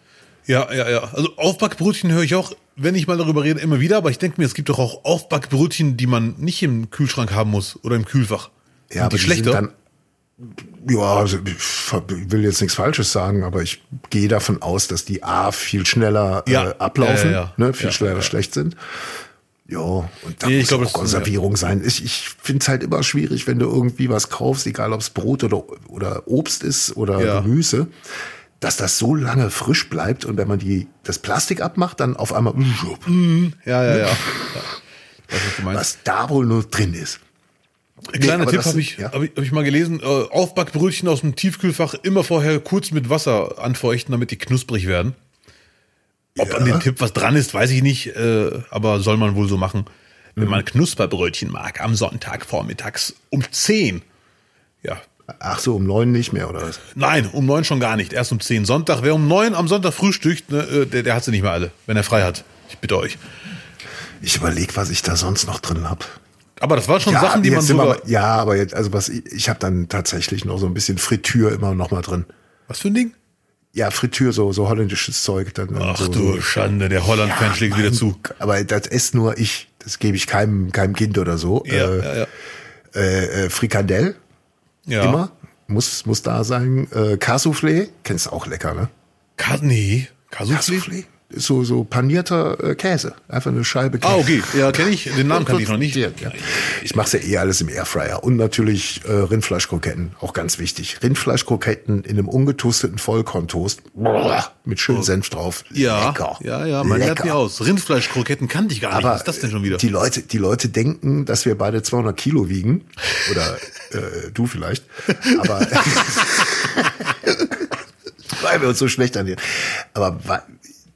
Ja, ja, ja. Also Aufbackbrötchen höre ich auch, wenn ich mal darüber rede, immer wieder. Aber ich denke mir, es gibt doch auch Aufbackbrötchen, die man nicht im Kühlschrank haben muss oder im Kühlfach. Ja, Sind aber die die schlechter? sind dann, ja, also ich will jetzt nichts Falsches sagen, aber ich gehe davon aus, dass die A viel schneller Ja. äh, ablaufen, Ja, ja, ja. Ne, viel Ja, schneller ja. schlecht sind. Ja, und da Nee, ich muss glaub, auch das- Konservierung sein. Ich, ich finde es halt immer schwierig, wenn du irgendwie was kaufst, egal ob es Brot oder, oder Obst ist oder Ja. Gemüse, dass das so lange frisch bleibt und wenn man die, das Plastik abmacht, dann auf einmal, Ja, ja, ja. ja. Das ist, was du meinst. was da wohl nur drin ist. Kleiner aber Tipp das habe sind- ich, ja. hab ich, hab ich mal gelesen, äh, Aufbackbrötchen aus dem Tiefkühlfach immer vorher kurz mit Wasser anfeuchten, damit die knusprig werden. Ob Ja. an dem Tipp was dran ist, weiß ich nicht, äh, aber soll man wohl so machen. Wenn Mhm. man Knusperbrötchen mag, am Sonntag vormittags um zehn. Ja, Ach so, um neun nicht mehr, oder was? nein, um neun schon gar nicht, erst um zehn. Sonntag, wer um neun am Sonntag frühstückt, ne, äh, der, der hat sie nicht mehr alle, wenn er frei hat. Ich bitte euch. Ich überlege, was ich da sonst noch drin habe. Aber das waren schon Sachen, die man jetzt sind wir sogar... mal, ja, aber jetzt, also was ich, ich habe dann tatsächlich noch so ein bisschen Fritür immer noch mal drin. Was für ein Ding? Ja, Fritür, so, so holländisches Zeug. Dann, dann Ach so, du so. Schande, der Holland-Fan Ja, schlägt wieder mein zu. Gott, aber das esse nur ich. Das gebe ich keinem, keinem Kind oder so. Ja, äh, ja, ja. Äh, äh, Frikadell, ja. immer. Muss, muss da sein. Äh, Cassoufflé, kennst du auch lecker, ne? Ka nee, Kasufli? Cassoufflé? Ist so, so panierter äh, Käse. Einfach eine Scheibe Käse. Ah, okay. Ja, kenne ich. Den Namen kannte ich noch nicht. Ja. Ich mache ja eh alles im Airfryer. Und natürlich äh, Rindfleischkroketten, auch ganz wichtig. Rindfleischkroketten in einem ungetoasteten Vollkorntoast. Boah, mit schönem Senf drauf. Ja, Lecker. ja, ja, man lernt Lecker. nie aus. Rindfleischkroketten kannte ich gar nicht. Aber Was ist das denn schon wieder? Die Leute, die Leute denken, dass wir beide zweihundert Kilo wiegen. Oder äh, du vielleicht. Aber weil wir uns so schlecht ernähren. Aber wa-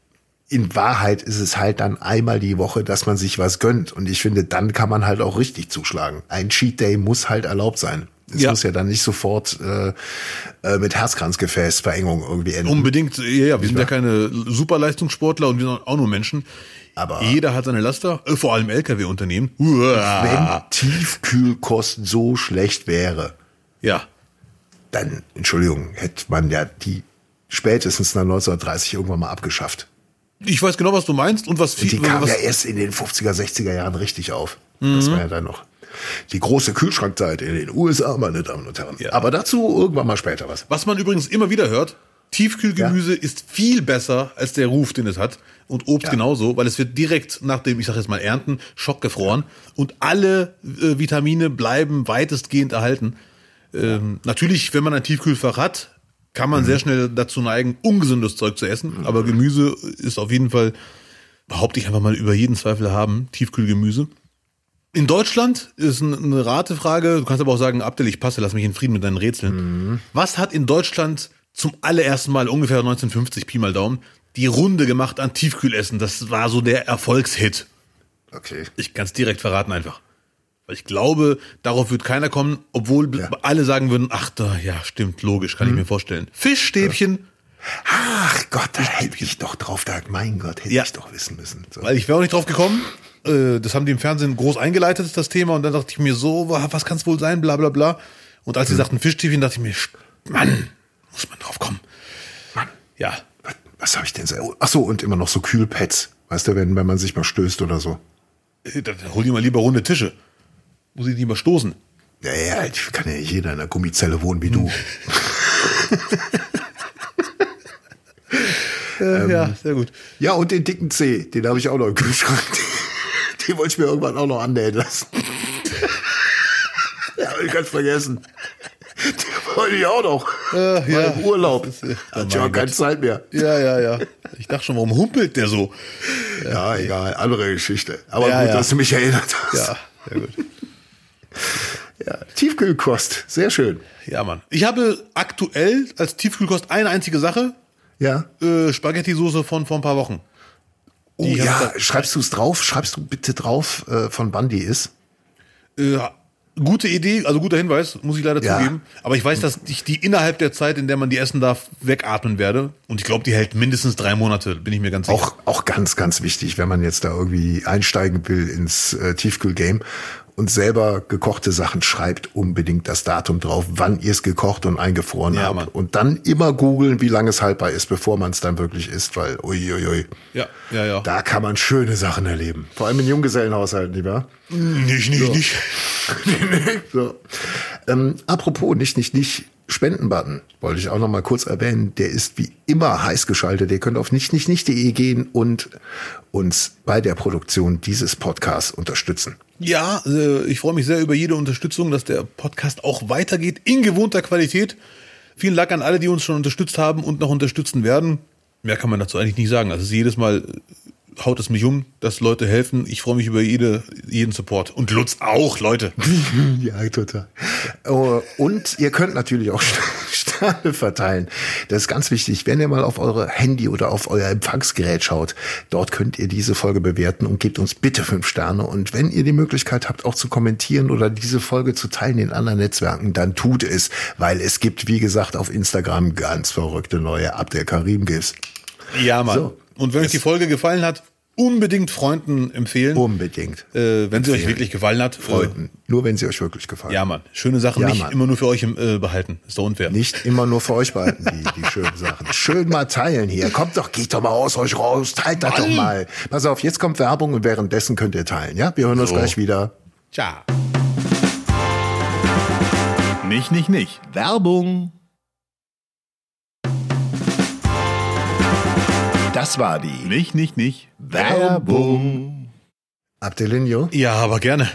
in Wahrheit ist es halt dann einmal die Woche, dass man sich was gönnt. Und ich finde, dann kann man halt auch richtig zuschlagen. Ein Cheat Day muss halt erlaubt sein. Es Ja. muss ja dann nicht sofort äh, äh, mit Herzkranzgefäßverengung irgendwie enden. Unbedingt. Ja, ja, wir sind ja keine Superleistungssportler und wir sind auch nur Menschen. Aber- jeder hat seine Laster, äh, vor allem L K W-Unternehmen. Uah. Wenn Tiefkühlkost so schlecht wäre, Ja, dann, Entschuldigung, hätte man ja die spätestens nach neunzehnhundertdreißig irgendwann mal abgeschafft. ich weiß genau, was du meinst und was Die viel, kam was, ja erst in den fünfziger, sechziger Jahren richtig auf. Mhm. Das war ja dann noch die große Kühlschrankzeit in den U S A, meine Damen und Herren. Ja. Aber dazu irgendwann mal später was. was man übrigens immer wieder hört. Tiefkühlgemüse ist viel besser als der Ruf, den es hat. Und Obst Ja. genauso, weil es wird direkt nach dem, ich sag jetzt mal, Ernten, schockgefroren. Und alle äh, Vitamine bleiben weitestgehend erhalten. Ähm, natürlich, wenn man ein Tiefkühlfach hat, kann man sehr schnell dazu neigen, ungesundes Zeug zu essen. Aber Gemüse ist auf jeden Fall, behaupte ich einfach mal, über jeden Zweifel haben, Tiefkühlgemüse. In Deutschland ist ein- eine Ratefrage, du kannst aber auch sagen, Abdel, ich passe, lass mich in Frieden mit deinen Rätseln. Was hat in Deutschland zum allerersten Mal, ungefähr neunzehnhundertfünfzig, Pi mal Daumen, die Runde gemacht an Tiefkühlessen? Das war so der Erfolgshit. Okay. Ich kann es direkt verraten einfach. Weil ich glaube, darauf wird keiner kommen, obwohl Ja. alle sagen würden, ach da, ja, stimmt, logisch, kann ich mir vorstellen. Fischstäbchen, Ach Gott, da hätte ich doch drauf, da, mein Gott, hätte Ja. ich doch wissen müssen. So. weil ich wäre auch nicht drauf gekommen. Äh, Das haben die im Fernsehen groß eingeleitet, das Thema. Und dann dachte ich mir so, wa- was kann es wohl sein, bla bla bla. Und als sie sagten Fischstäbchen, dachte ich mir, st- Mann, muss man drauf kommen. Mann, Ja, was, was habe ich denn so? Ach so, und immer noch so Kühlpads. Weißt du, wenn, wenn man sich mal stößt oder so. äh, dann hol dir mal lieber runde Tische. Muss ich lieber stoßen. Ja, ja, ich kann ja jeder in einer Gummizelle wohnen wie du. Äh, ja, sehr gut. Ja, und den dicken C, den habe ich auch noch im Kühlschrank. Den wollte ich mir irgendwann auch noch annähen lassen. Ja, hab ich ganz vergessen. Den wollte ich auch noch. Äh, ja. Mal im Urlaub. Das ist, äh, Hat oh ja mein keine Gott. Zeit mehr. Ja, ja, ja. Ich dachte schon, warum humpelt der so? Ja, egal, andere Geschichte. Aber Ja, gut, ja. dass du mich erinnert hast. Ja, sehr gut. Ja, Tiefkühlkost, sehr schön. Ja, Mann. Ich habe aktuell als Tiefkühlkost eine einzige Sache. Ja. Äh, Spaghetti-Soße von vor ein paar Wochen. Oh Die ja, hab ich da- schreibst du es drauf? Schreibst du bitte drauf, äh, von Bandi ist? Äh, gute Idee, also guter Hinweis, muss ich leider Ja. zugeben. Aber ich weiß, dass ich die innerhalb der Zeit, in der man die essen darf, wegatmen werde. Und ich glaube, die hält mindestens drei Monate, bin ich mir ganz sicher. Auch, auch ganz, ganz wichtig, wenn man jetzt da irgendwie einsteigen will ins äh, Tiefkühlgame. und selber gekochte Sachen, schreibt unbedingt das Datum drauf, wann ihr es gekocht und eingefroren Ja, habt. Mann. Und dann immer googeln, wie lange es haltbar ist, bevor man es dann wirklich isst, weil uiuiui, Ja, ja, ja. da kann man schöne Sachen erleben. Vor allem in Junggesellenhaushalten, nicht wahr? Nicht, nicht, So. nicht. So. Ähm, apropos, nicht, nicht, nicht, Spendenbutton wollte ich auch noch mal kurz erwähnen. Der ist wie immer heiß geschaltet. Ihr könnt auf nicht, nicht, nicht punkt de gehen und uns bei der Produktion dieses Podcasts unterstützen. Ja, äh, ich freue mich sehr über jede Unterstützung, dass der Podcast auch weitergeht in gewohnter Qualität. Vielen Dank an alle, die uns schon unterstützt haben und noch unterstützen werden. Mehr kann man dazu eigentlich nicht sagen. Also jedes Mal haut es mich um, dass Leute helfen. Ich freue mich über jede, jeden Support. Und Lutz auch, Leute. Ja, total. Und ihr könnt natürlich auch Sterne verteilen. Das ist ganz wichtig. Wenn ihr mal auf eure Handy oder auf euer Empfangsgerät schaut, dort könnt ihr diese Folge bewerten und gebt uns bitte fünf Sterne. Und wenn ihr die Möglichkeit habt, auch zu kommentieren oder diese Folge zu teilen in anderen Netzwerken, dann tut es. Weil es gibt, wie gesagt, auf Instagram ganz verrückte neue Abdel Karim Gifs. Ja, Mann. So. Und wenn euch die Folge gefallen hat, unbedingt Freunden empfehlen. Unbedingt. Äh, wenn sie euch wirklich gefallen hat. Freunden. Äh, Nur wenn sie euch wirklich gefallen. Ja, Mann. Schöne Sachen Ja, nicht Mann. immer nur für euch äh, behalten. Ist doch unfair. Nicht immer nur für euch behalten, die, die schönen Sachen. Schön mal teilen hier. Kommt doch, geht doch mal aus euch raus. Teilt das doch mal. Pass auf, jetzt kommt Werbung und währenddessen könnt ihr teilen. Ja, wir hören uns So. gleich wieder. Ciao. Nicht, nicht, nicht. Werbung. Das war die Nicht, nicht, nicht. Werbung. Abdelinho. Ja, aber gerne.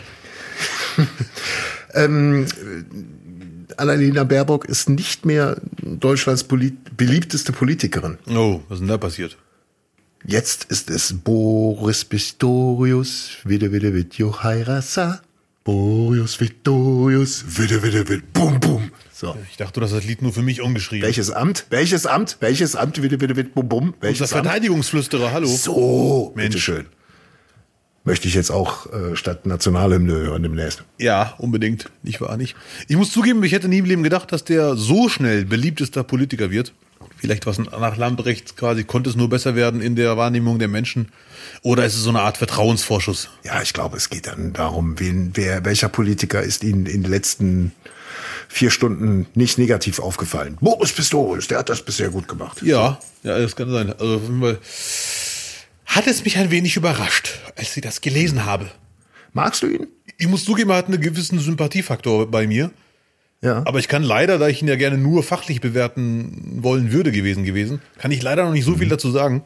Ähm, Annalena Baerbock ist nicht mehr Deutschlands polit- beliebteste Politikerin. Oh, was ist denn da passiert? Jetzt ist es Boris Pistorius, wieder, wieder, wieder, Johairasa. Boris Pistorius, wieder, wieder, wieder, bum, bum. So. Ich dachte, du hast das Lied nur für mich umgeschrieben. Welches Amt? Welches Amt? Welches Amt? Wieder, wieder, wieder, bum, bum. Unser Welches Amt? Verteidigungsflüsterer, hallo. So, Mensch. bitteschön. Möchte ich jetzt auch äh, statt Nationalhymne hören demnächst. Ja, unbedingt. Nicht wahr, nicht? Ich muss zugeben, ich hätte nie im Leben gedacht, dass der so schnell beliebtester Politiker wird. Vielleicht was nach Lambrecht quasi, konnte es nur besser werden in der Wahrnehmung der Menschen. Oder ist es so eine Art Vertrauensvorschuss? Ja, ich glaube, es geht dann darum, wen, wer, welcher Politiker ist Ihnen in den letzten vier Stunden nicht negativ aufgefallen. Boris Pistorius, der hat das bisher gut gemacht. Ja, ja, das kann sein. Also auf jeden Fall hat es mich ein wenig überrascht, als ich das gelesen habe. Magst du ihn? Ich muss zugeben, er hat einen gewissen Sympathiefaktor bei mir. Ja. Aber ich kann leider, da ich ihn ja gerne nur fachlich bewerten wollen würde gewesen gewesen, kann ich leider noch nicht so viel dazu sagen.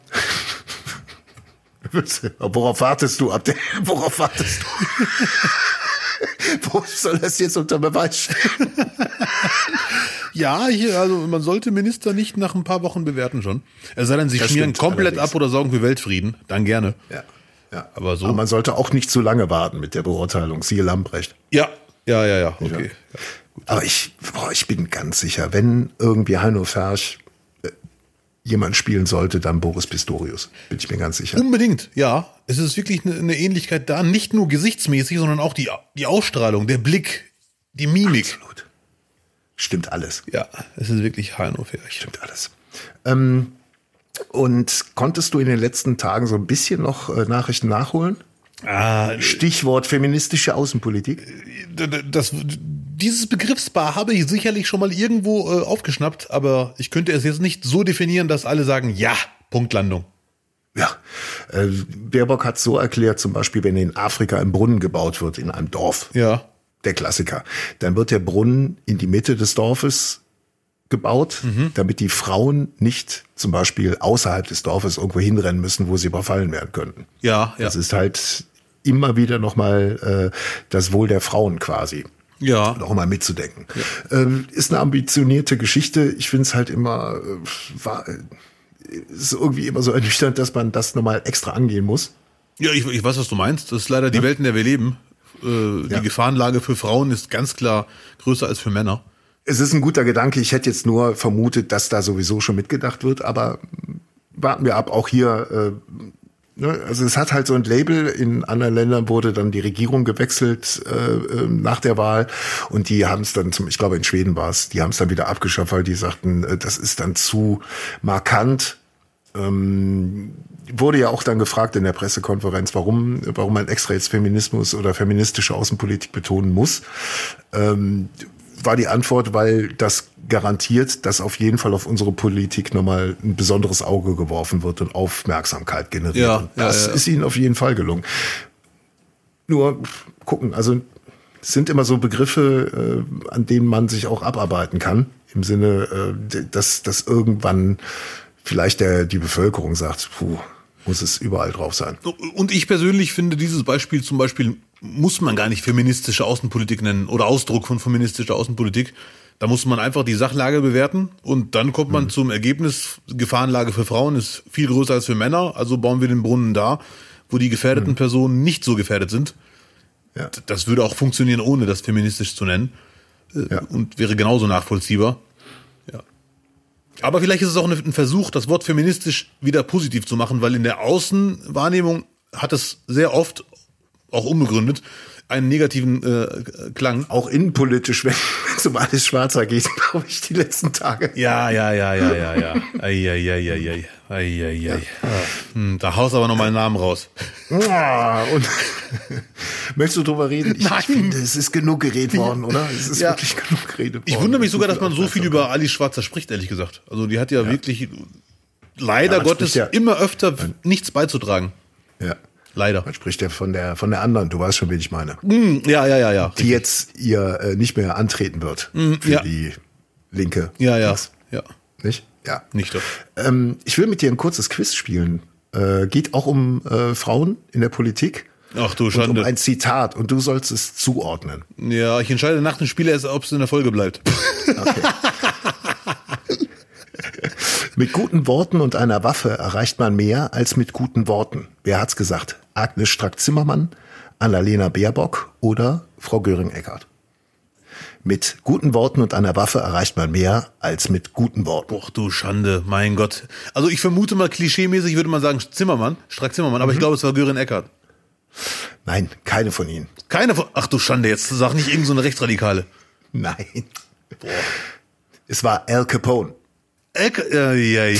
Worauf wartest du? Abdel? Worauf wartest du? Wo soll das jetzt unter Beweis stehen? Ja, hier, also man sollte Minister nicht nach ein paar Wochen bewerten schon. Es sei denn, sie Das schmieren stimmt komplett allerdings. ab oder sorgen für Weltfrieden. Dann gerne. Ja, ja. Aber so- Aber man sollte auch nicht zu lange warten mit der Beurteilung. Siehe Lambrecht. Ja, ja, ja, ja, okay. Ja. Aber ich, boah, ich bin ganz sicher, wenn irgendwie Heino Ferch äh, jemand spielen sollte, dann Boris Pistorius. Bin ich mir ganz sicher. Unbedingt, ja. Es ist wirklich eine, eine Ähnlichkeit da, nicht nur gesichtsmäßig, sondern auch die, die Ausstrahlung, der Blick, die Mimik. Absolut. Stimmt alles. Ja, es ist wirklich Heino Ferch. Stimmt alles. Ähm, und konntest du in den letzten Tagen so ein bisschen noch äh, Nachrichten nachholen? Ah, Stichwort feministische Außenpolitik. das, dieses Begriffspaar habe ich sicherlich schon mal irgendwo äh, aufgeschnappt, aber ich könnte es jetzt nicht so definieren, dass alle sagen, ja, Punktlandung. Ja, äh, Baerbock hat so erklärt, zum Beispiel, wenn in Afrika ein Brunnen gebaut wird, in einem Dorf, Ja, der Klassiker, dann wird der Brunnen in die Mitte des Dorfes gebaut, damit die Frauen nicht zum Beispiel außerhalb des Dorfes irgendwo hinrennen müssen, wo sie überfallen werden könnten. ja, ja. Das ist halt immer wieder nochmal äh, das Wohl der Frauen quasi. Ja. Noch mal mitzudenken. Ähm, ist eine ambitionierte Geschichte. Ich finde es halt immer, äh, war, äh, ist irgendwie immer so ernüchternd, dass man das nochmal extra angehen muss. Ja, ich, ich weiß, was du meinst. Das ist leider die Welt, in der wir leben. Äh, Ja. Die Gefahrenlage für Frauen ist ganz klar größer als für Männer. Es ist ein guter Gedanke. Ich hätte jetzt nur vermutet, dass da sowieso schon mitgedacht wird, aber warten wir ab. Auch hier, äh, ne, also es hat halt so ein Label. In anderen Ländern wurde dann die Regierung gewechselt äh, äh, nach der Wahl und die haben es dann, zum, ich glaube in Schweden war es, die haben es dann wieder abgeschafft, weil die sagten, äh, das ist dann zu markant ähm, wurde ja auch dann gefragt in der Pressekonferenz, warum, warum man extra jetzt Feminismus oder feministische Außenpolitik betonen muss. Ähm, war die Antwort, weil das garantiert, dass auf jeden Fall auf unsere Politik nochmal ein besonderes Auge geworfen wird und Aufmerksamkeit generiert. Ja, das ja, ja. ist ihnen auf jeden Fall gelungen. Nur gucken, also es sind immer so Begriffe, äh, an denen man sich auch abarbeiten kann, im Sinne, äh, dass, dass irgendwann vielleicht der, die Bevölkerung sagt, puh, muss es überall drauf sein. Und ich persönlich finde, dieses Beispiel zum Beispiel muss man gar nicht feministische Außenpolitik nennen oder Ausdruck von feministischer Außenpolitik. Da muss man einfach die Sachlage bewerten und dann kommt man mhm. zum Ergebnis, Gefahrenlage für Frauen ist viel größer als für Männer, also bauen wir den Brunnen da, wo die gefährdeten mhm. Personen nicht so gefährdet sind. Ja. Das würde auch funktionieren, ohne das feministisch zu nennen, ja. und wäre genauso nachvollziehbar. Ja. Aber vielleicht ist es auch ein Versuch, das Wort feministisch wieder positiv zu machen, weil in der Außenwahrnehmung hat es sehr oft, auch unbegründet, einen negativen äh, Klang. Auch innenpolitisch, wenn es um alles schwarzer geht, glaube ich, die letzten Tage. Ja, ja, ja, ja, ja, ja. Eieieiei. Eieiei. Hm, da haust aber noch meinen Namen raus. Ja, und möchtest du drüber reden? Ich Nein. finde, es ist genug geredet worden, oder? Es ist ja. wirklich genug geredet worden. Ich wundere mich sogar, dass man so viel über Alice Schwarzer spricht, ehrlich gesagt. Also die hat ja, ja. wirklich leider ja, Gottes ja. immer öfter nichts beizutragen. Ja. Leider. Man spricht ja von der von der anderen, du weißt schon, wen ich meine. Mm, ja, ja, ja, ja. Die richtig. jetzt ihr äh, nicht mehr antreten wird mm, für ja. die Linke. Ja, ja, ja. Nicht? Ja. Nicht doch. Ähm, ich will mit dir ein kurzes Quiz spielen. Äh, geht auch um äh, Frauen in der Politik. Ach du Schande. Und um ein Zitat und du sollst es zuordnen. Ja, ich entscheide nach dem Spiel erst, ob es in der Folge bleibt. Okay. Mit guten Worten und einer Waffe erreicht man mehr als mit guten Worten. Wer hat's gesagt? Agnes Strack-Zimmermann, Annalena Baerbock oder Frau Göring-Eckardt? Mit guten Worten und einer Waffe erreicht man mehr als mit guten Worten. Och du Schande, mein Gott. Also ich vermute mal, klischeemäßig würde man sagen Zimmermann, Strack-Zimmermann, aber mhm. ich glaube, es war Göring-Eckardt. Nein, keine von ihnen. Keine von... Ach du Schande, jetzt sag nicht irgend so eine Rechtsradikale. Nein. Boah. Es war Al Capone. Al Capone, ja, ja.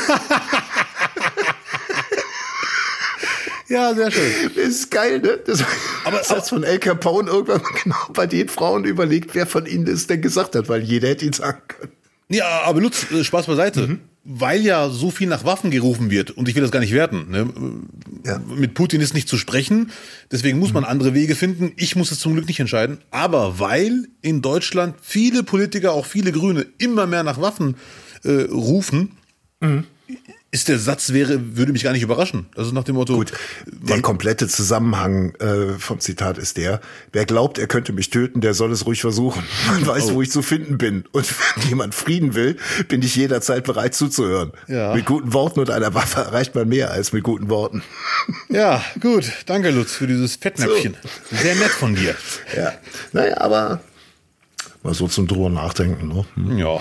Ja, sehr schön. Das ist geil, ne? Das, aber, das hat von Al Capone irgendwann genau bei den Frauen überlegt, wer von ihnen das denn gesagt hat, weil jeder hätte ihn sagen können. Ja, aber Lutz, Spaß beiseite. Mhm. Weil ja so viel nach Waffen gerufen wird, und ich will das gar nicht werten, ne? Ja. Mit Putin ist nicht zu sprechen, deswegen muss man mhm. andere Wege finden. Ich muss es zum Glück nicht entscheiden. Aber weil in Deutschland viele Politiker, auch viele Grüne, immer mehr nach Waffen äh, rufen, mhm. ist der Satz wäre, würde mich gar nicht überraschen. Das ist nach dem Motto. Gut, der komplette Zusammenhang äh, vom Zitat ist der: Wer glaubt, er könnte mich töten, der soll es ruhig versuchen. Man weiß, oh. wo ich zu finden bin. Und wenn jemand Frieden will, bin ich jederzeit bereit zuzuhören. Ja. Mit guten Worten und einer Waffe erreicht man mehr als mit guten Worten. Ja, gut. Danke, Lutz, für dieses Fettnäpfchen. So. Sehr nett von dir. Ja, naja, aber mal so zum drüber nachdenken. Ne? Hm. Ja.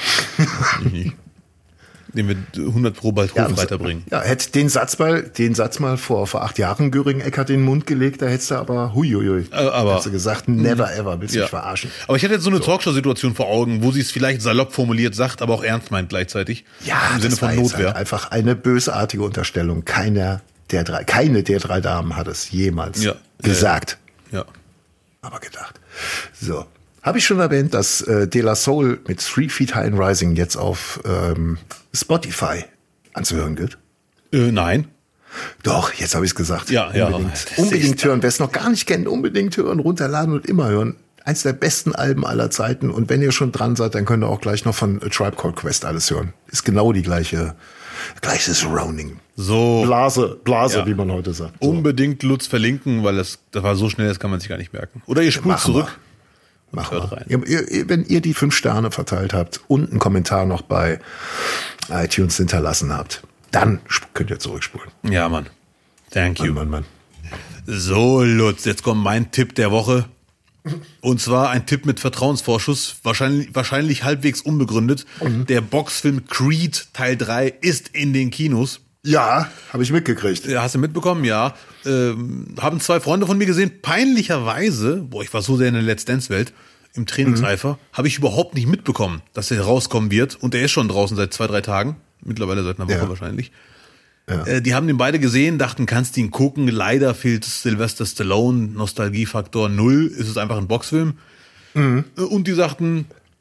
Den wir hundert Pro bald ja, weiterbringen. Ja, hätte den Satz mal, den Satz mal vor, vor acht Jahren Göring-Eckardt in den Mund gelegt, da hättest du aber, huiuiui, äh, aber, hättest du gesagt, never ever, willst du ja. mich verarschen. Aber ich hatte jetzt so eine so. Talkshow-Situation vor Augen, wo sie es vielleicht salopp formuliert sagt, aber auch ernst meint gleichzeitig. Ja, im Sinne von Notwehr. Halt einfach eine bösartige Unterstellung. Keiner der drei, keine der drei Damen hat es jemals ja. gesagt. Ja. Aber gedacht. So. Habe ich schon erwähnt, dass äh, De La Soul mit Three Feet High and Rising jetzt auf ähm, Spotify anzuhören gilt? Äh, nein. Doch, jetzt habe ich es gesagt. Ja, unbedingt, ja. Unbedingt hören. Wer es noch gar nicht kennt, unbedingt hören, runterladen und immer hören. Eins der besten Alben aller Zeiten. Und wenn ihr schon dran seid, dann könnt ihr auch gleich noch von A Tribe Called Quest alles hören. Ist genau die gleiche, gleiche Surrounding. So. Blase, Blase, ja. wie man heute sagt. So. Unbedingt Lutz verlinken, weil das, das war so schnell, das kann man sich gar nicht merken. Oder ihr spult zurück. Wir. Machen wir. Ihr, ihr, wenn ihr die fünf Sterne verteilt habt und einen Kommentar noch bei iTunes hinterlassen habt, dann könnt ihr zurückspulen. Ja, Mann. Thank you. Mann, Mann, Mann. So, Lutz, jetzt kommt mein Tipp der Woche. Und zwar ein Tipp mit Vertrauensvorschuss, wahrscheinlich, wahrscheinlich halbwegs unbegründet. Mhm. Der Boxfilm Creed Teil drei ist in den Kinos. Ja, habe ich mitgekriegt. Ja, hast du mitbekommen? Ja. Ähm, haben zwei Freunde von mir gesehen. Peinlicherweise, boah, ich war so sehr in der Let's Dance-Welt, im Trainingseifer, mhm. habe ich überhaupt nicht mitbekommen, dass der rauskommen wird. Und der ist schon draußen seit zwei, drei Tagen. Mittlerweile seit einer Woche ja. wahrscheinlich. Ja. Äh, die haben den beide gesehen, dachten, kannst ihn gucken. Leider fehlt Sylvester Stallone, Nostalgiefaktor null, ist es einfach ein Boxfilm. Mhm. Und die sagten,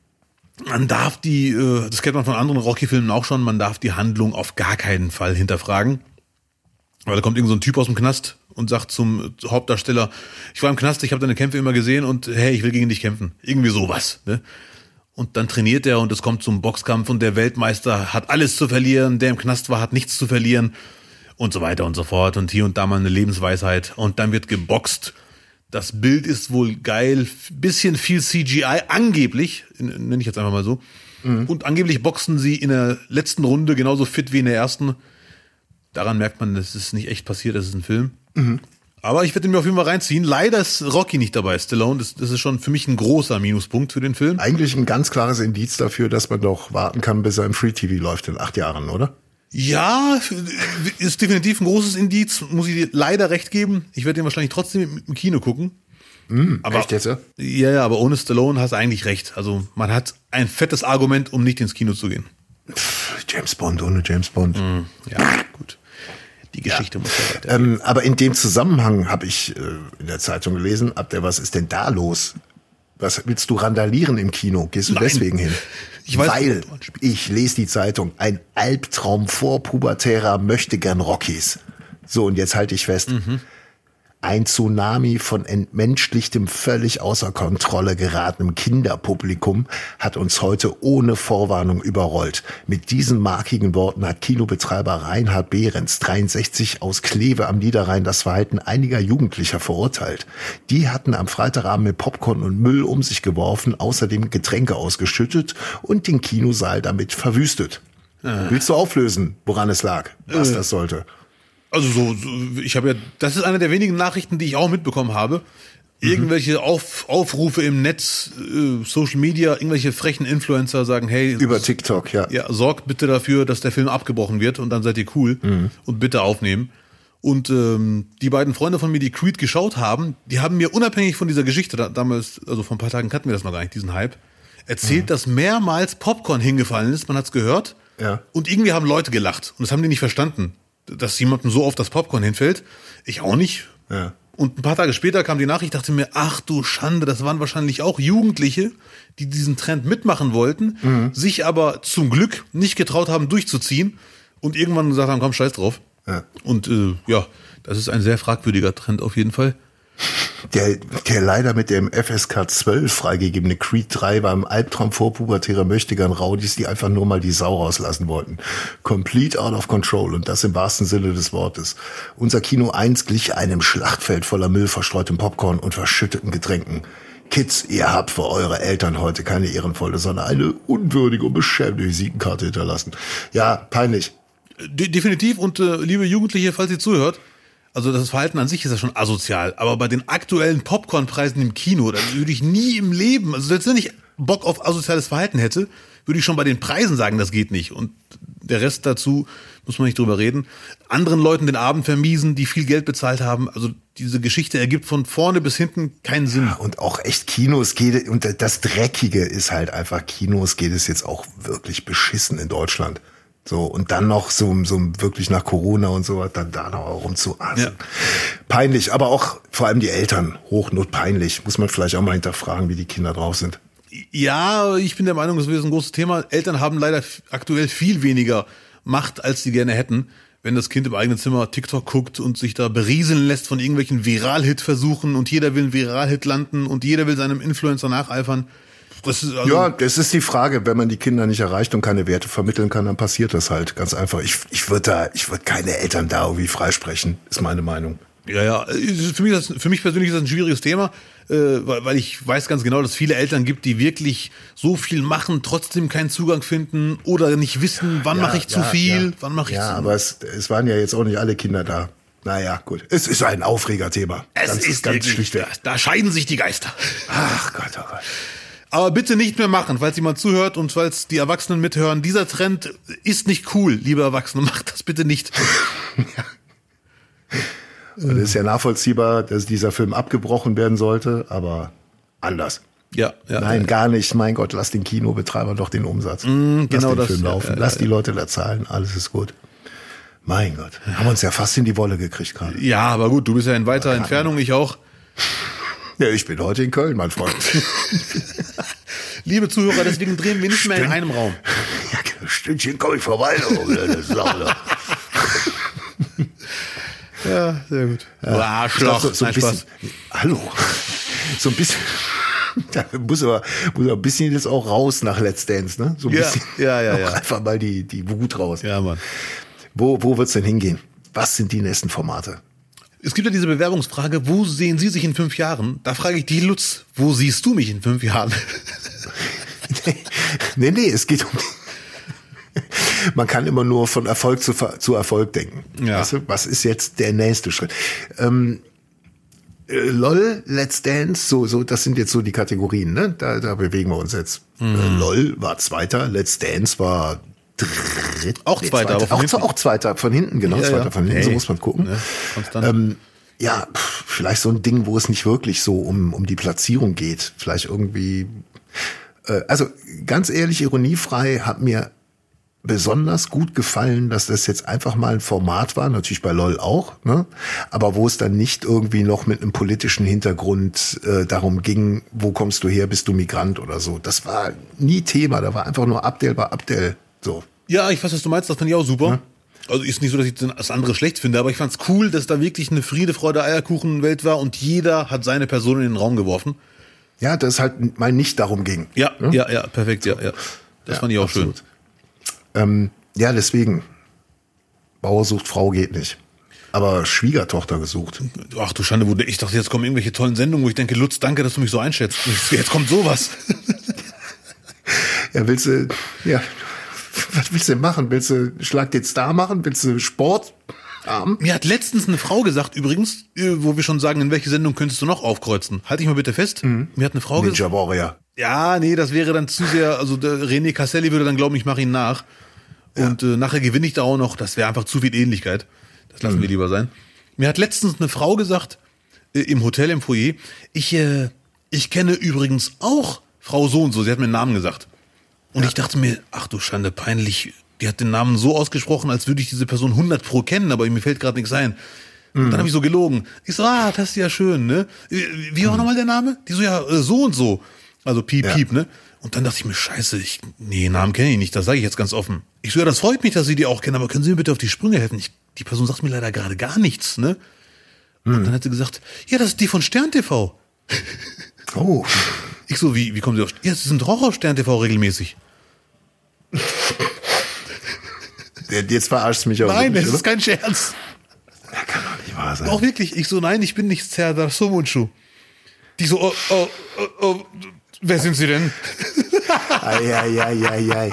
man darf die, äh, das kennt man von anderen Rocky-Filmen auch schon, man darf die Handlung auf gar keinen Fall hinterfragen. Weil da kommt irgend so ein Typ aus dem Knast und sagt zum Hauptdarsteller, ich war im Knast, ich habe deine Kämpfe immer gesehen und hey, ich will gegen dich kämpfen. Irgendwie sowas. Ne? Und dann trainiert er und es kommt zum Boxkampf und der Weltmeister hat alles zu verlieren, der im Knast war, hat nichts zu verlieren und so weiter und so fort. Und hier und da mal eine Lebensweisheit. Und dann wird geboxt. Das Bild ist wohl geil, bisschen viel C G I, angeblich, nenne ich jetzt einfach mal so. Mhm. Und angeblich boxen sie in der letzten Runde genauso fit wie in der ersten. Daran merkt man, das ist nicht echt passiert, das ist ein Film. Mhm. Aber ich werde ihn mir auf jeden Fall reinziehen. Leider ist Rocky nicht dabei, Stallone. Das, das ist schon für mich ein großer Minuspunkt für den Film. Eigentlich ein ganz klares Indiz dafür, dass man doch warten kann, bis er im Free-T V läuft in acht Jahren, oder? Ja, ist definitiv ein großes Indiz. Muss ich dir leider recht geben. Ich werde ihn wahrscheinlich trotzdem im Kino gucken. Mm, aber, echt jetzt, ja? Ja, ja, aber ohne Stallone hast du eigentlich recht. Also man hat ein fettes Argument, um nicht ins Kino zu gehen. Pff, James Bond ohne James Bond. Mm, ja, gut. Die Geschichte ja. muss ja weiter. Ähm, aber in dem Zusammenhang habe ich äh, in der Zeitung gelesen, Abder, was ist denn da los? Was willst du randalieren im Kino? Gehst du Nein. deswegen hin? Ich weiß, Weil ich lese die Zeitung, ein Albtraum vorpubertärer möchte gern Rockies. So, und jetzt halte ich fest. Mhm. Ein Tsunami von entmenschlichtem, völlig außer Kontrolle geratenem Kinderpublikum hat uns heute ohne Vorwarnung überrollt. Mit diesen markigen Worten hat Kinobetreiber Reinhard Behrens, dreiundsechzig, aus Kleve am Niederrhein das Verhalten einiger Jugendlicher verurteilt. Die hatten am Freitagabend mit Popcorn und Müll um sich geworfen, außerdem Getränke ausgeschüttet und den Kinosaal damit verwüstet. Äh. Willst du auflösen, woran es lag, was äh. das sollte? Also so, so ich habe ja, das ist eine der wenigen Nachrichten, die ich auch mitbekommen habe. Irgendwelche Auf, Aufrufe im Netz, äh, Social Media, irgendwelche frechen Influencer sagen, hey, über TikTok, ja. Ja, sorgt bitte dafür, dass der Film abgebrochen wird und dann seid ihr cool mhm. und bitte aufnehmen. Und ähm, die beiden Freunde von mir, die Creed geschaut haben, die haben mir unabhängig von dieser Geschichte, da, damals, also vor ein paar Tagen hatten wir das noch gar nicht, diesen Hype, erzählt, mhm. dass mehrmals Popcorn hingefallen ist, man hat's gehört. Ja. Und irgendwie haben Leute gelacht und das haben die nicht verstanden, dass jemandem so auf das Popcorn hinfällt. Ich auch nicht. Ja. Und ein paar Tage später kam die Nachricht, dachte mir, ach du Schande, das waren wahrscheinlich auch Jugendliche, die diesen Trend mitmachen wollten, mhm. sich aber zum Glück nicht getraut haben, durchzuziehen und irgendwann gesagt haben, komm, scheiß drauf. Ja. Und äh, ja, das ist ein sehr fragwürdiger Trend auf jeden Fall. Der, der leider mit dem F S K zwölf freigegebene Creed drei war im Albtraum vorpubertärer Möchtegern Raudis, die einfach nur mal die Sau rauslassen wollten. Complete out of control und das im wahrsten Sinne des Wortes. Unser Kino eins glich einem Schlachtfeld voller Müll, verstreutem Popcorn und verschütteten Getränken. Kids, ihr habt für eure Eltern heute keine ehrenvolle, sondern eine unwürdige und beschämende Visitenkarte hinterlassen. Ja, peinlich. De- definitiv und äh, liebe Jugendliche, falls ihr zuhört, also das Verhalten an sich ist ja schon asozial, aber bei den aktuellen Popcornpreisen im Kino, da würde ich nie im Leben, also selbst wenn ich Bock auf asoziales Verhalten hätte, würde ich schon bei den Preisen sagen, das geht nicht. Und der Rest dazu, muss man nicht drüber reden, anderen Leuten den Abend vermiesen, die viel Geld bezahlt haben, also diese Geschichte ergibt von vorne bis hinten keinen Sinn. Ja, und auch echt Kinos geht, und das Dreckige ist halt einfach, Kinos geht es jetzt auch wirklich beschissen in Deutschland. So, und dann noch so, so wirklich nach Corona und so, dann da noch rumzuasen. Ja. Peinlich, aber auch vor allem die Eltern, Hochnot peinlich. Muss man vielleicht auch mal hinterfragen, wie die Kinder drauf sind. Ja, ich bin der Meinung, das ist ein großes Thema. Eltern haben leider aktuell viel weniger Macht, als sie gerne hätten. Wenn das Kind im eigenen Zimmer TikTok guckt und sich da berieseln lässt von irgendwelchen Viral-Hit-Versuchen und jeder will einen Viral-Hit landen und jeder will seinem Influencer nacheifern. Das ist also ja, das ist die Frage, wenn man die Kinder nicht erreicht und keine Werte vermitteln kann, dann passiert das halt ganz einfach. Ich, ich würde da, ich würde keine Eltern da irgendwie freisprechen, ist meine Meinung. Ja, ja, für mich, das, für mich persönlich ist das ein schwieriges Thema, äh, weil, weil ich weiß ganz genau, dass es viele Eltern gibt, die wirklich so viel machen, trotzdem keinen Zugang finden oder nicht wissen, wann ja, mache ich ja, zu viel, ja. wann mache ich ja, zu Ja, aber es, es waren ja jetzt auch nicht alle Kinder da. Naja, gut. Es ist ein Aufregerthema. Es ganz, ist ganz schlichtweg. Da scheiden sich die Geister. Ach Gott, oh Gott. Aber bitte nicht mehr machen, falls jemand zuhört und falls die Erwachsenen mithören. Dieser Trend ist nicht cool, liebe Erwachsene. Macht das bitte nicht. Ja. Und es ist ja nachvollziehbar, dass dieser Film abgebrochen werden sollte, aber anders. Ja, ja. Nein, ja. gar nicht. Mein Gott, lass den Kinobetreiber doch den Umsatz. Mm, lass genau den das, Film laufen. Ja, ja, lass ja. die Leute da zahlen. Alles ist gut. Mein Gott, haben wir uns ja fast in die Wolle gekriegt gerade. Ja, aber gut, du bist ja in weiter ja, Entfernung, ich auch. Ja, ich bin heute in Köln, mein Freund. Liebe Zuhörer, deswegen drehen wir nicht Stünd, mehr in einem Raum. Ja, ein Stündchen komme ich vorbei. Das ist auch ja, sehr gut. Ja. Arschloch. So, so ein Nein, bisschen, Spaß. Hallo. So ein bisschen. Da muss aber, muss aber ein bisschen jetzt auch raus nach Let's Dance, ne? So ein ja, bisschen. Ja, ja, ja. Einfach mal die, die Wut raus. Ja, Mann. Wo, wo wird's denn hingehen? Was sind die nächsten Formate? Es gibt ja diese Bewerbungsfrage, wo sehen Sie sich in fünf Jahren? Da frage ich dich, Lutz, wo siehst du mich in fünf Jahren? nee, nee, es geht um. Man kann immer nur von Erfolg zu, zu Erfolg denken. Ja. Weißt du, was ist jetzt der nächste Schritt? Ähm, LOL, Let's Dance, so, so, das sind jetzt so die Kategorien, ne? Da, da bewegen wir uns jetzt. Mhm. Äh, LOL war Zweiter, Let's Dance war Dritter. Auch nee, Zweiter, aber auch, auch Zweiter von hinten, genau, ja, Zweiter ja. von hinten, hey. so muss man gucken. Ne, ähm, ja, pff, vielleicht so ein Ding, wo es nicht wirklich so um, um die Platzierung geht. Vielleicht irgendwie, äh, also ganz ehrlich, ironiefrei, hat mir besonders gut gefallen, dass das jetzt einfach mal ein Format war, natürlich bei LOL auch, ne? Aber wo es dann nicht irgendwie noch mit einem politischen Hintergrund äh, darum ging, wo kommst du her, bist du Migrant oder so. Das war nie Thema, da war einfach nur Abdel war Abdel, so. Ja, ich weiß, was du meinst, das fand ich auch super. Ja. Also ist nicht so, dass ich das andere schlecht finde, aber ich fand's cool, dass da wirklich eine Friede, Freude, Eierkuchen-Welt war und jeder hat seine Person in den Raum geworfen. Ja, dass es halt mal nicht darum ging. Ja, ne? ja, ja, perfekt, so. ja, ja. Das ja, fand ich auch absolut. schön. Ähm, ja, deswegen. Bauer sucht Frau geht nicht. Aber Schwiegertochter gesucht. Ach du Schande, wo ich dachte, jetzt kommen irgendwelche tollen Sendungen, wo ich denke, Lutz, danke, dass du mich so einschätzt. Jetzt kommt sowas. Ja, willst du, ja, was willst du denn machen? Willst du Schlag den Star machen? Willst du Sport haben? Mir hat letztens eine Frau gesagt, übrigens, wo wir schon sagen, in welche Sendung könntest du noch aufkreuzen? Halte ich mal bitte fest. Mhm. Mir hat eine Frau gesagt. Ninja Warrior. Ja, nee, das wäre dann zu sehr, also der René Casselli würde dann glauben, ich mache ihn nach. Und ja. äh, nachher gewinne ich da auch noch, das wäre einfach zu viel Ähnlichkeit. Das lassen mhm. wir lieber sein. Mir hat letztens eine Frau gesagt, äh, im Hotel, im Foyer, ich, äh, ich kenne übrigens auch Frau so und so, sie hat mir einen Namen gesagt. Und ja. ich dachte mir, ach du Schande, peinlich, die hat den Namen so ausgesprochen, als würde ich diese Person hundert pro kennen, aber mir fällt gerade nichts ein. Und mhm. dann habe ich so gelogen. Ich so, ah, das ist ja schön, ne? Wie war mhm. nochmal der Name? Die so, ja, äh, so und so. Also piep, ja. piep, ne? Und dann dachte ich mir, scheiße, ich, nee, Namen kenne ich nicht, das sage ich jetzt ganz offen. Ich so, ja, das freut mich, dass Sie die auch kennen, aber können Sie mir bitte auf die Sprünge helfen? Ich, die Person sagt mir leider gerade gar nichts, ne? Und hm. dann hat sie gesagt, ja, das ist die von Stern T V. Oh. Ich so, wie, wie kommen Sie auf, ja, Sie sind auch auf Stern T V regelmäßig. Jetzt verarschst du mich auch. Nein, das ist kein Scherz. Ja, kann doch nicht wahr sein. Auch wirklich, ich so, nein, ich bin nicht Serdar Somuncu. Die so, oh, oh, oh, oh, wer sind Sie denn? Ei, ei, ei, ei, ei.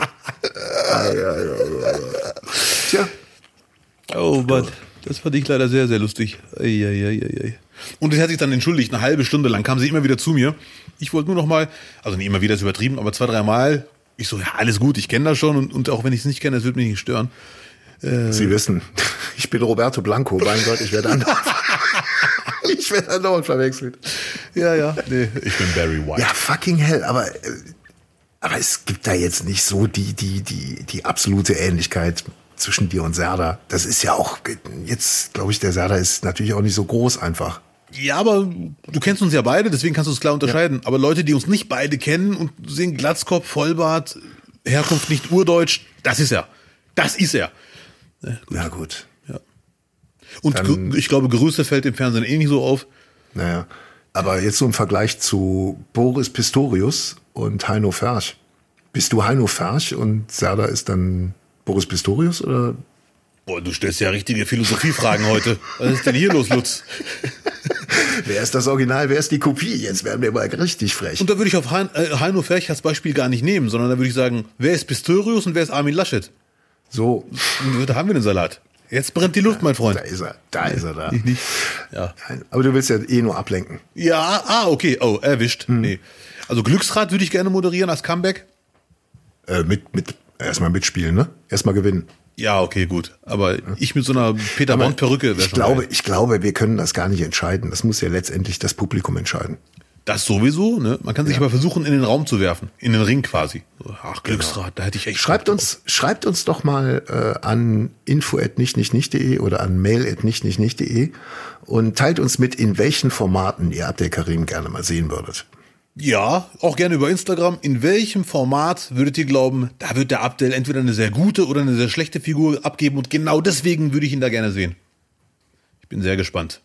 Tja. Oh Mann, das fand ich leider sehr, sehr lustig. Ei, ei, ei, ei. Und sie hat sich dann entschuldigt, eine halbe Stunde lang kam sie immer wieder zu mir. Ich wollte nur noch mal, also nicht immer wieder, ist übertrieben, aber zwei, drei Mal. Ich so, ja, alles gut, ich kenne das schon und, und auch wenn ich es nicht kenne, es wird mich nicht stören. Äh, Sie wissen, ich bin Roberto Blanco, mein Gott, ich werde andauernd, ich werde andauernd verwechselt. Ja, ja, nee, ich bin Barry White. Ja, fucking hell, aber, aber es gibt da jetzt nicht so die, die, die, die absolute Ähnlichkeit zwischen dir und Serdar. Das ist ja auch, jetzt glaube ich, der Serdar ist natürlich auch nicht so groß einfach. Ja, aber du kennst uns ja beide, deswegen kannst du es klar unterscheiden. Ja. Aber Leute, die uns nicht beide kennen und sehen Glatzkopf, Vollbart, Herkunft nicht urdeutsch, das ist er. Das ist er. Ja, gut. Ja, gut. Ja. Und Dann, ich glaube, Größe fällt im Fernsehen eh nicht so auf. Naja, aber jetzt so im Vergleich zu Boris Pistorius und Heino Ferch. Bist du Heino Ferch und Serdar ist dann Boris Pistorius oder? Boah, du stellst ja richtige Philosophiefragen heute. Was ist denn hier los, Lutz? Wer ist das Original, wer ist die Kopie? Jetzt werden wir mal richtig frech. Und da würde ich auf hein, äh, Heino Ferch als Beispiel gar nicht nehmen, sondern da würde ich sagen, wer ist Pistorius und wer ist Armin Laschet? So. Und da haben wir den Salat. Jetzt brennt die Luft, mein Freund. Da ist er, da ist er da. Ich nicht. Ja. Aber du willst ja eh nur ablenken. Ja, ah, okay. Oh, erwischt. Hm. Nee. Also Glücksrad würde ich gerne moderieren als Comeback. Äh, mit, mit, erstmal mitspielen, ne? Erstmal gewinnen. Ja, okay, gut. Aber ja. ich mit so einer Peter Bond Perücke wäre schon. Ich glaube, geil. ich glaube, wir können das gar nicht entscheiden. Das muss ja letztendlich das Publikum entscheiden. Das sowieso, ne? Man kann sich aber versuchen, in den Raum zu werfen. In den Ring quasi. So, ach, Glücksrad, da hätte ich echt... Schreibt uns, schreibt uns doch mal äh, an info at nicht nicht nicht punkt de oder an mail at nicht nicht nicht punkt de und teilt uns mit, in welchen Formaten ihr Abdel Karim gerne mal sehen würdet. Ja, auch gerne über Instagram. In welchem Format würdet ihr glauben, da wird der Abdel entweder eine sehr gute oder eine sehr schlechte Figur abgeben und genau deswegen würde ich ihn da gerne sehen. Ich bin sehr gespannt.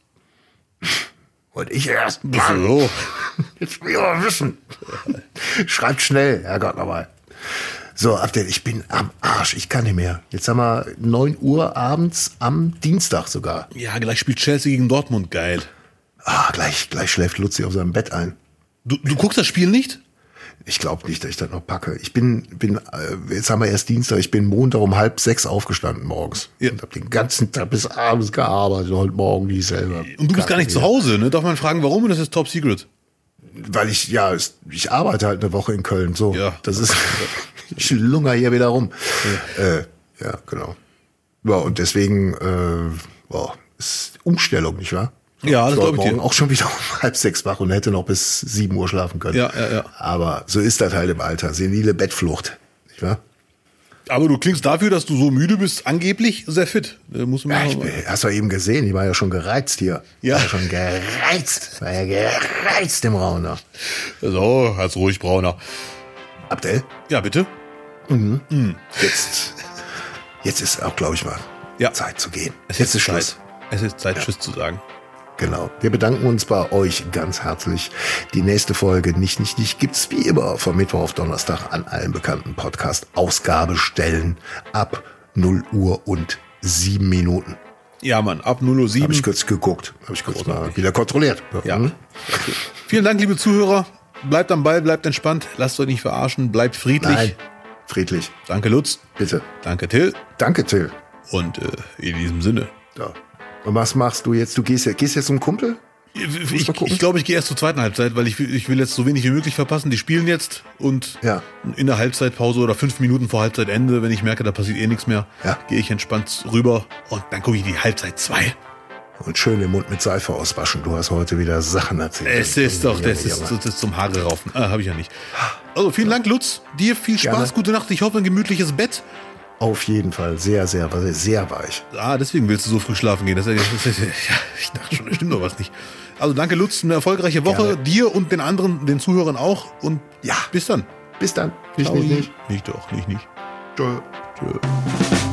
Und ich erst. So. Jetzt will ich aber wissen. Schreibt schnell, Herrgott nochmal. So, Abdel, ich bin am Arsch. Ich kann nicht mehr. Jetzt haben wir neun Uhr abends am Dienstag sogar. Ja, gleich spielt Chelsea gegen Dortmund. Geil. Ah, gleich, gleich schläft Luzi auf seinem Bett ein. Du, du guckst das Spiel nicht? Ich glaube nicht, dass ich das noch packe. Ich bin, bin, äh, jetzt haben wir erst Dienstag, ich bin Montag um halb sechs aufgestanden morgens. Ja. Und habe den ganzen Tag bis abends gearbeitet, heute Morgen nicht selber. Und du bist gar nicht zu Hause, ne? Darf man fragen, warum? Und das ist Top Secret. Weil ich, ja, ich arbeite halt eine Woche in Köln, so. Ja. Das ist, ich lunger hier wieder rum. Ja, äh, ja genau. Ja, und deswegen, äh, boah, ist Umstellung, nicht wahr? Ja, das Ich war glaube ich morgen dir. auch schon wieder um halb sechs wach und hätte noch bis sieben Uhr schlafen können. Ja, ja, ja. Aber so ist das halt im Alter. Senile Bettflucht, nicht wahr? Aber du klingst dafür, dass du so müde bist, angeblich sehr fit. Da muss man Ja, mal- ich bin, hast du eben gesehen, ich war ja schon gereizt hier. Ja. Ich war schon gereizt. War ja gereizt im Raum noch. So, als ruhig Brauner. Abdel, Ja, bitte? jetzt, jetzt ist auch, glaube ich mal, Ja. Zeit zu gehen. Es jetzt ist Zeit. Schluss. Es ist Zeit, Tschüss zu sagen. Genau. Wir bedanken uns bei euch ganz herzlich. Die nächste Folge nicht, nicht, nicht gibt's wie immer von Mittwoch auf Donnerstag an allen bekannten Podcast-Ausgabestellen ab null Uhr und sieben Minuten. Ja, Mann, ab null Uhr sieben. Habe ich kurz geguckt. Habe ich kurz mal wieder kontrolliert. Ja. Mhm. Vielen Dank, liebe Zuhörer. Bleibt am Ball, bleibt entspannt. Lasst euch nicht verarschen. Bleibt friedlich. Nein. Friedlich. Danke, Lutz. Bitte. Danke, Till. Danke, Till. Und äh, in diesem Sinne. Ja. Und was machst du jetzt? Du gehst jetzt, gehst jetzt zum Kumpel? Ich, mal ich, gucken. ich glaube, ich gehe erst zur zweiten Halbzeit, weil ich, will- ich will jetzt so wenig wie möglich verpassen. Die spielen jetzt und Ja. in der Halbzeitpause oder fünf Minuten vor Halbzeitende, wenn ich merke, da passiert eh nichts mehr, Ja. gehe ich entspannt rüber und dann gucke ich die Halbzeit zwei. Und schön den Mund mit Seife auswaschen. Du hast heute wieder Sachen erzählt. Es ist doch, das Junge, ist, Junge. das ist zum Haare raufen. Ah, habe ich ja nicht. Also vielen Dank, Lutz. Dir viel Spaß, Gerne. gute Nacht. Ich hoffe, ein gemütliches Bett. Auf jeden Fall sehr, sehr, sehr, sehr weich. Ah, deswegen willst du so früh schlafen gehen. Das, ist, das ist, ja, ich dachte schon, da stimmt doch was nicht. Also danke, Lutz. Eine erfolgreiche Woche. Gerne. Dir und den anderen, den Zuhörern auch. Und Ja. bis dann. Bis dann. Nicht, Ciao. nicht, nicht. Nicht doch, nicht, nicht. Tschö. Tschö.